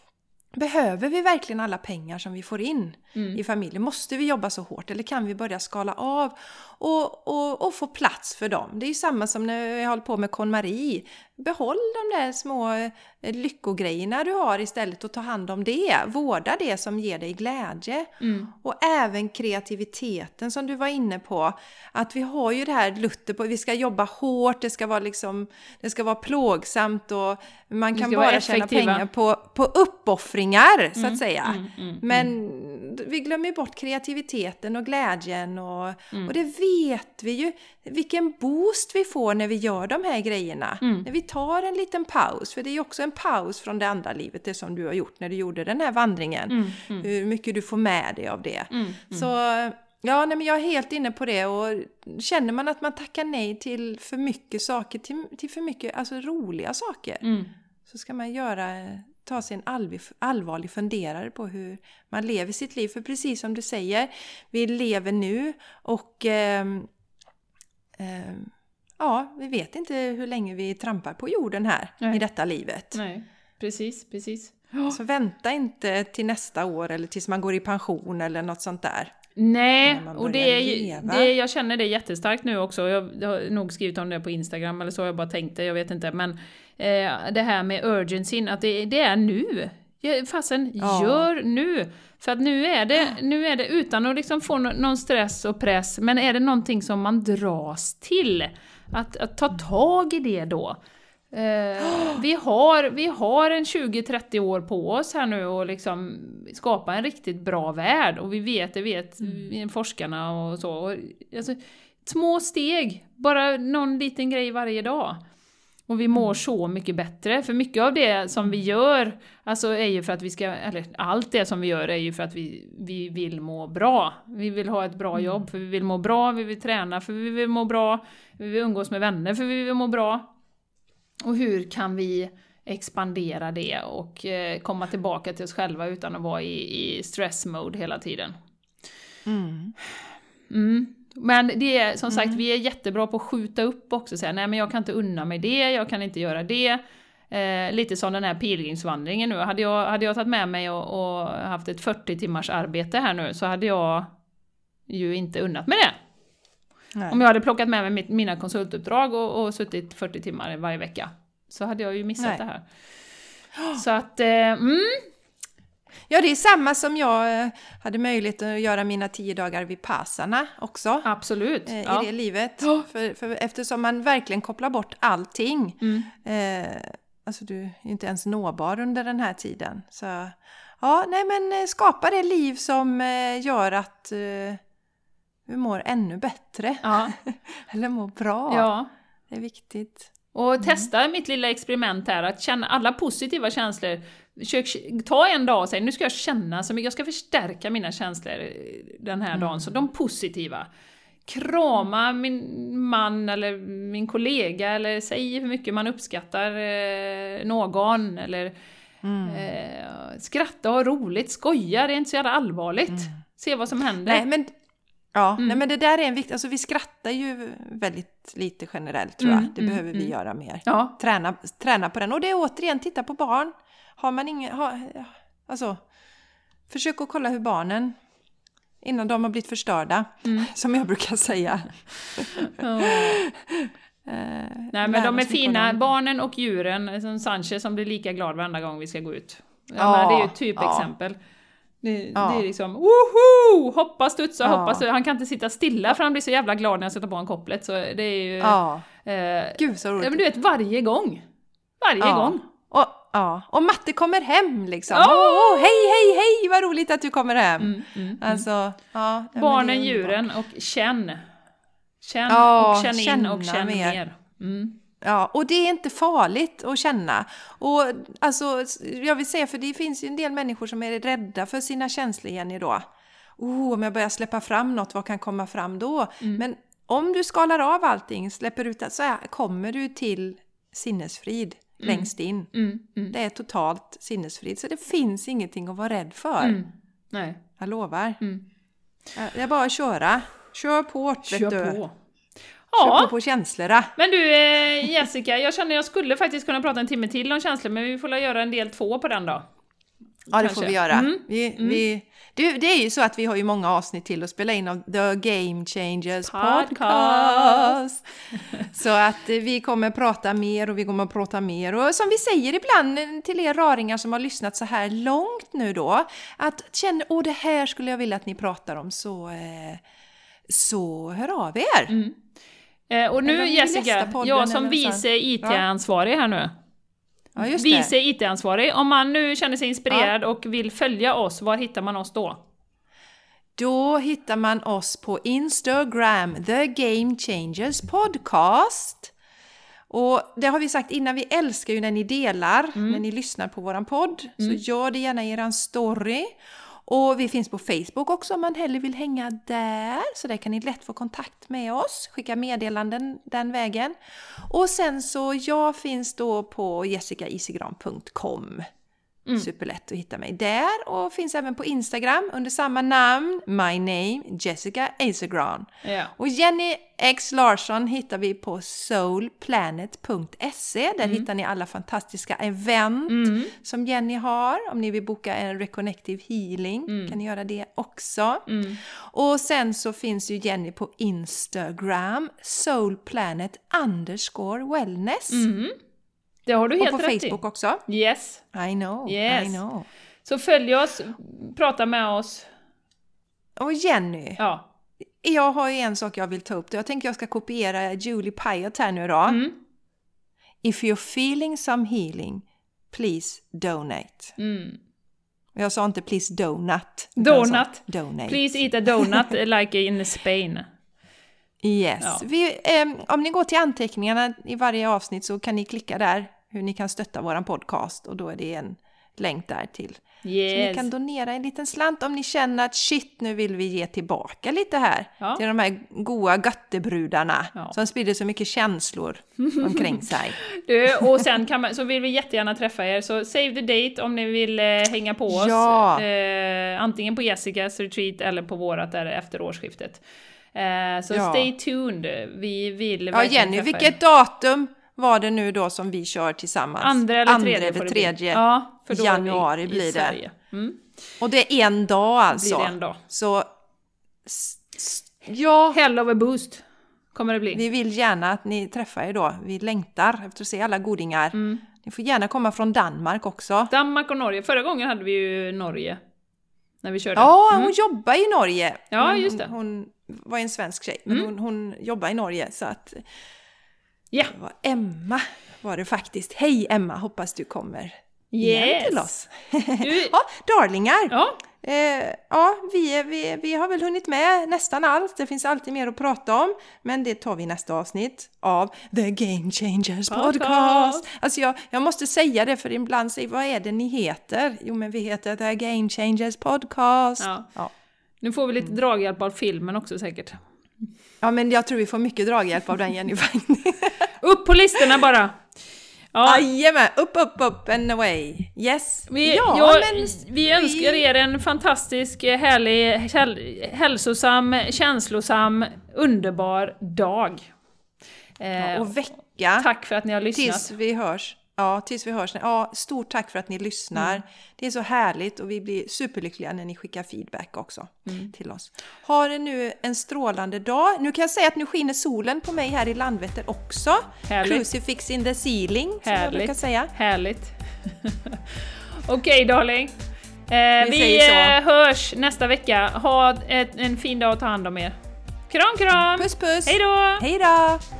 Behöver vi verkligen alla pengar som vi får in mm. i familjen? Måste vi jobba så hårt? Eller kan vi börja skala av och, och, och få plats för dem? Det är ju samma som när jag håller på med KonMari. Behåll de där små lyckogrejerna du har istället och ta hand om det. Vårda det som ger dig glädje. Mm. Och även kreativiteten som du var inne på. Att vi har ju det här Luther på, vi ska jobba hårt, det ska vara, liksom, det ska vara plågsamt och man kan bara tjäna pengar på, på uppoffringar mm. så att säga. Mm, mm, Men mm. vi glömmer ju bort kreativiteten och glädjen och, mm. och det vet vi ju. Vilken boost vi får när vi gör de här grejerna. Mm. När vi tar en liten paus. För det är ju också en paus från det andra livet. Det som du har gjort när du gjorde den här vandringen. Mm. Mm. Hur mycket du får med dig av det. Mm. Mm. Så ja, nej, men jag är helt inne på det. Och känner man att man tackar nej till för mycket saker. Till, till för mycket alltså, roliga saker. Mm. Så ska man göra... ta sig en allvarlig, allvarlig funderare på hur man lever sitt liv. För precis som du säger, vi lever nu och eh, eh, ja, vi vet inte hur länge vi trampar på jorden här Nej. i detta livet. Nej, precis, precis. Så vänta inte till nästa år eller tills man går i pension eller något sånt där. Nej, och det är, det, jag känner det jättestarkt nu också. Jag, jag har nog skrivit om det på Instagram eller så, jag bara tänkte, jag vet inte. Men eh, det här med urgencyn, att det, det är nu. Fasen, ja. gör nu. För att nu är det, nu är det utan att liksom få någon stress och press. Men är det någonting som man dras till? Att, att ta tag i det då. Uh, vi, har, vi har en tjugo till trettio år på oss här nu och liksom skapa en riktigt bra värld och vi vet, det vet mm. forskarna och så och, alltså, små steg, bara någon liten grej varje dag och vi mår mm. så mycket bättre, för mycket av det som vi gör alltså är ju för att vi ska, eller allt det som vi gör är ju för att vi, vi vill må bra, vi vill ha ett bra mm. jobb för vi vill må bra, vi vill träna för vi vill må bra, vi vill umgås med vänner för vi vill må bra. Och hur kan vi expandera det och eh, komma tillbaka till oss själva utan att vara i, i stress-mode hela tiden. Mm. Mm. Men det är som sagt, mm. vi är jättebra på att skjuta upp också. Säga, nej men jag kan inte unna mig det, jag kan inte göra det. Eh, lite som den här pilgrimsvandringen nu. Hade jag, hade jag tagit med mig och, och haft ett fyrtio timmars arbete här nu så hade jag ju inte unnat med det. Nej. Om jag hade plockat med mig mitt, mina konsultuppdrag och, och suttit fyrtio timmar varje vecka så hade jag ju missat Nej. det här. Så att, eh, mm. Ja, det är samma som jag hade möjlighet att göra mina tio dagar vid Vipassana också. Absolut. Eh, I ja. det livet. Ja. För, för eftersom man verkligen kopplar bort allting. Mm. Eh, alltså du är ju inte ens nåbar under den här tiden. Så ja, nej men skapa det liv som eh, gör att eh, vi mår ännu bättre. Ja. Eller mår bra. Ja. Det är viktigt. Och mm. testa mitt lilla experiment här, att känna alla positiva känslor. Försök, ta en dag och säg, nu ska jag känna så mycket, jag ska förstärka mina känslor den här mm. dagen, så de positiva. Krama min man eller min kollega, eller säg hur mycket man uppskattar eh, någon, eller mm. eh, skratta och ha roligt, skoja, det är inte så jävla allvarligt. Mm. Se vad som händer. Nej, men Ja, mm. nej, men det där är en viktig, alltså vi skrattar ju väldigt lite generellt tror jag. Mm, det mm, behöver vi mm. göra mer. Ja. Träna, träna på den. Och det är återigen, titta på barn. Har man ingen, ha, alltså, försök att kolla hur barnen, innan de har blivit förstörda, mm. som jag brukar säga. Oh. Nej, men de är fina, barnen och djuren, som Sanchez som blir lika glad varenda gång vi ska gå ut. Ja, ja, det är ju ett typexempel. Ja. Det, ja. det är liksom, woho! Hoppa, studsa, ja. hoppa. Han kan inte sitta stilla för han blir så jävla glad när jag sätter på en kopplet. Så det är ju... Ja. Eh, Gud så roligt. Men du vet, varje gång. Varje ja. gång. Och, ja. och Matte kommer hem liksom. Oh! Oh, hej, hej, hej! Vad roligt att du kommer hem. Mm, mm, alltså, ja, barnen, djuren och känn. Känn ja, och känn in och känn mer. mer. Mm. Ja, och det är inte farligt att känna. Och alltså, jag vill säga, för det finns ju en del människor som är rädda för sina känslor, Jenny, då. Oh, om jag börjar släppa fram något, vad kan komma fram då? Mm. Men om du skalar av allting, släpper ut det, så här, kommer du till sinnesfrid mm. längst in. Mm. Mm. Det är totalt sinnesfrid, så det finns ingenting att vara rädd för. Mm. Nej. Jag lovar. Mm. Det är bara att köra. Kör på, vet Kör du. på. Ja, på, på känslorna. Men du eh, Jessica, jag känner jag skulle faktiskt kunna prata en timme till om känslor, men vi får la göra en del två på den då. Ja, det får vi göra. Mm. Vi, mm. vi, det, det är ju så att vi har ju många avsnitt till att spela in av The Game Changers Podcast. Podcast. Så att eh, vi kommer prata mer och vi kommer prata mer. Och som vi säger ibland till er raringar som har lyssnat så här långt nu då, att känna, åh det här skulle jag vilja att ni pratar om, så, eh, så hör av er. Mm. Eh, och nu Jessica, jag som vice I T-ansvarig här nu. Ja, just vice I T-ansvarig. Om man nu känner sig inspirerad ja. och vill följa oss, var hittar man oss då? Då hittar man oss på Instagram, The Game Changers Podcast. Och det har vi sagt innan, vi älskar ju när ni delar, mm. när ni lyssnar på våran podd. Mm. Så gör det gärna i eran story. Och vi finns på Facebook också om man hellre vill hänga där. Så där kan ni lätt få kontakt med oss. Skicka meddelanden den vägen. Och sen så, jag finns då på jessica isigran punkt com. Mm. Superlätt att hitta mig där. Och finns även på Instagram under samma namn. My name, Jessica Isigran. Ja. Och Jenny X Larsson hittar vi på soul planet punkt se. Där mm. hittar ni alla fantastiska event mm. som Jenny har. Om ni vill boka en reconnective healing mm. kan ni göra det också. Mm. Och sen så finns ju Jenny på Instagram. soulplanet underscore wellness. Mm. Det har du helt och på rätt Facebook i. också. Yes. I know, yes. I know. Så följ oss, prata med oss. Och Jenny. Ja. Jag har ju en sak jag vill ta upp. Jag tänker jag ska kopiera Julie Pyatt här nu då. Mm. If you're feeling some healing, please donate. Mm. Jag sa inte please donut. Donut. Donate. Please eat a donut like in Spain. Yes. Ja. Vi, eh, om ni går till anteckningarna i varje avsnitt så kan ni klicka där hur ni kan stötta våran podcast. Och då är det en länk där till. Yes. Så ni kan donera en liten slant om ni känner att shit, nu vill vi ge tillbaka lite här. Ja. Till de här goa göttebrudarna ja. som sprider så mycket känslor omkring sig. Du, och sen kan man, så vill vi jättegärna träffa er. Så save the date om ni vill eh, hänga på oss. Ja. Eh, antingen på Jessicas retreat eller på vårat där efter årsskiftet. Eh, så ja. stay tuned. Vi vill ja, Jenny, vilket datum? var det nu då som vi kör tillsammans. Andra eller Andra tredje, eller får det tredje bli. Ja, för då januari är vi blir i det. Sverige. Mm. Och det är en dag alltså. Blir det en dag. Så s- s- ja, Hell of a boost kommer det bli. vi vill gärna att ni träffar er då. Vi längtar efter att se alla godingar. Mm. Ni får gärna komma från Danmark också. Danmark och Norge. Förra gången hade vi ju Norge. När vi körde. Ja, hon Mm. jobbar i Norge. Ja, Men just det. Hon, hon var en svensk tjej, men Mm. hon, hon jobbar i Norge. Så att Ja. det var Emma var det faktiskt. Hej Emma, hoppas du kommer Yes. igen till oss. Du, Ja, darlingar. ja, Eh, ja, vi, vi, vi har väl hunnit med nästan allt. Det finns alltid mer att prata om. Men det tar vi i nästa avsnitt av The Game Changers Podcast. Podcast. Alltså jag, jag måste säga det, för ibland säger vad är det ni heter? Jo, men vi heter The Game Changers Podcast. ja. Ja. Nu får vi lite draghjälp av filmen också säkert. Ja, men jag tror vi får mycket draghjälp av den, Jenny. Upp på listorna bara! Ja, Jajamän, upp, upp, upp and away. Yes. vi, ja, jag, men vi önskar er en fantastisk, härlig, häl, hälsosam, känslosam, underbar dag. Eh, och vecka. tack för att ni har lyssnat. Tills vi hörs. Ja, tills vi hörs. Ja, stort tack för att ni lyssnar. Mm. Det är så härligt och vi blir superlyckliga när ni skickar feedback också Mm. till oss. Ha det nu en strålande dag. Nu kan jag säga att nu skiner solen på mig här i Landvetter också. Härligt. Crucifix in the ceiling, som jag brukar Härligt. säga. Härligt. Okej, darling. Eh, Vi vi säger eh, hörs nästa vecka. Ha ett, en fin dag och ta hand om er. Kram, kram! Puss, puss! Hej då! Hej då!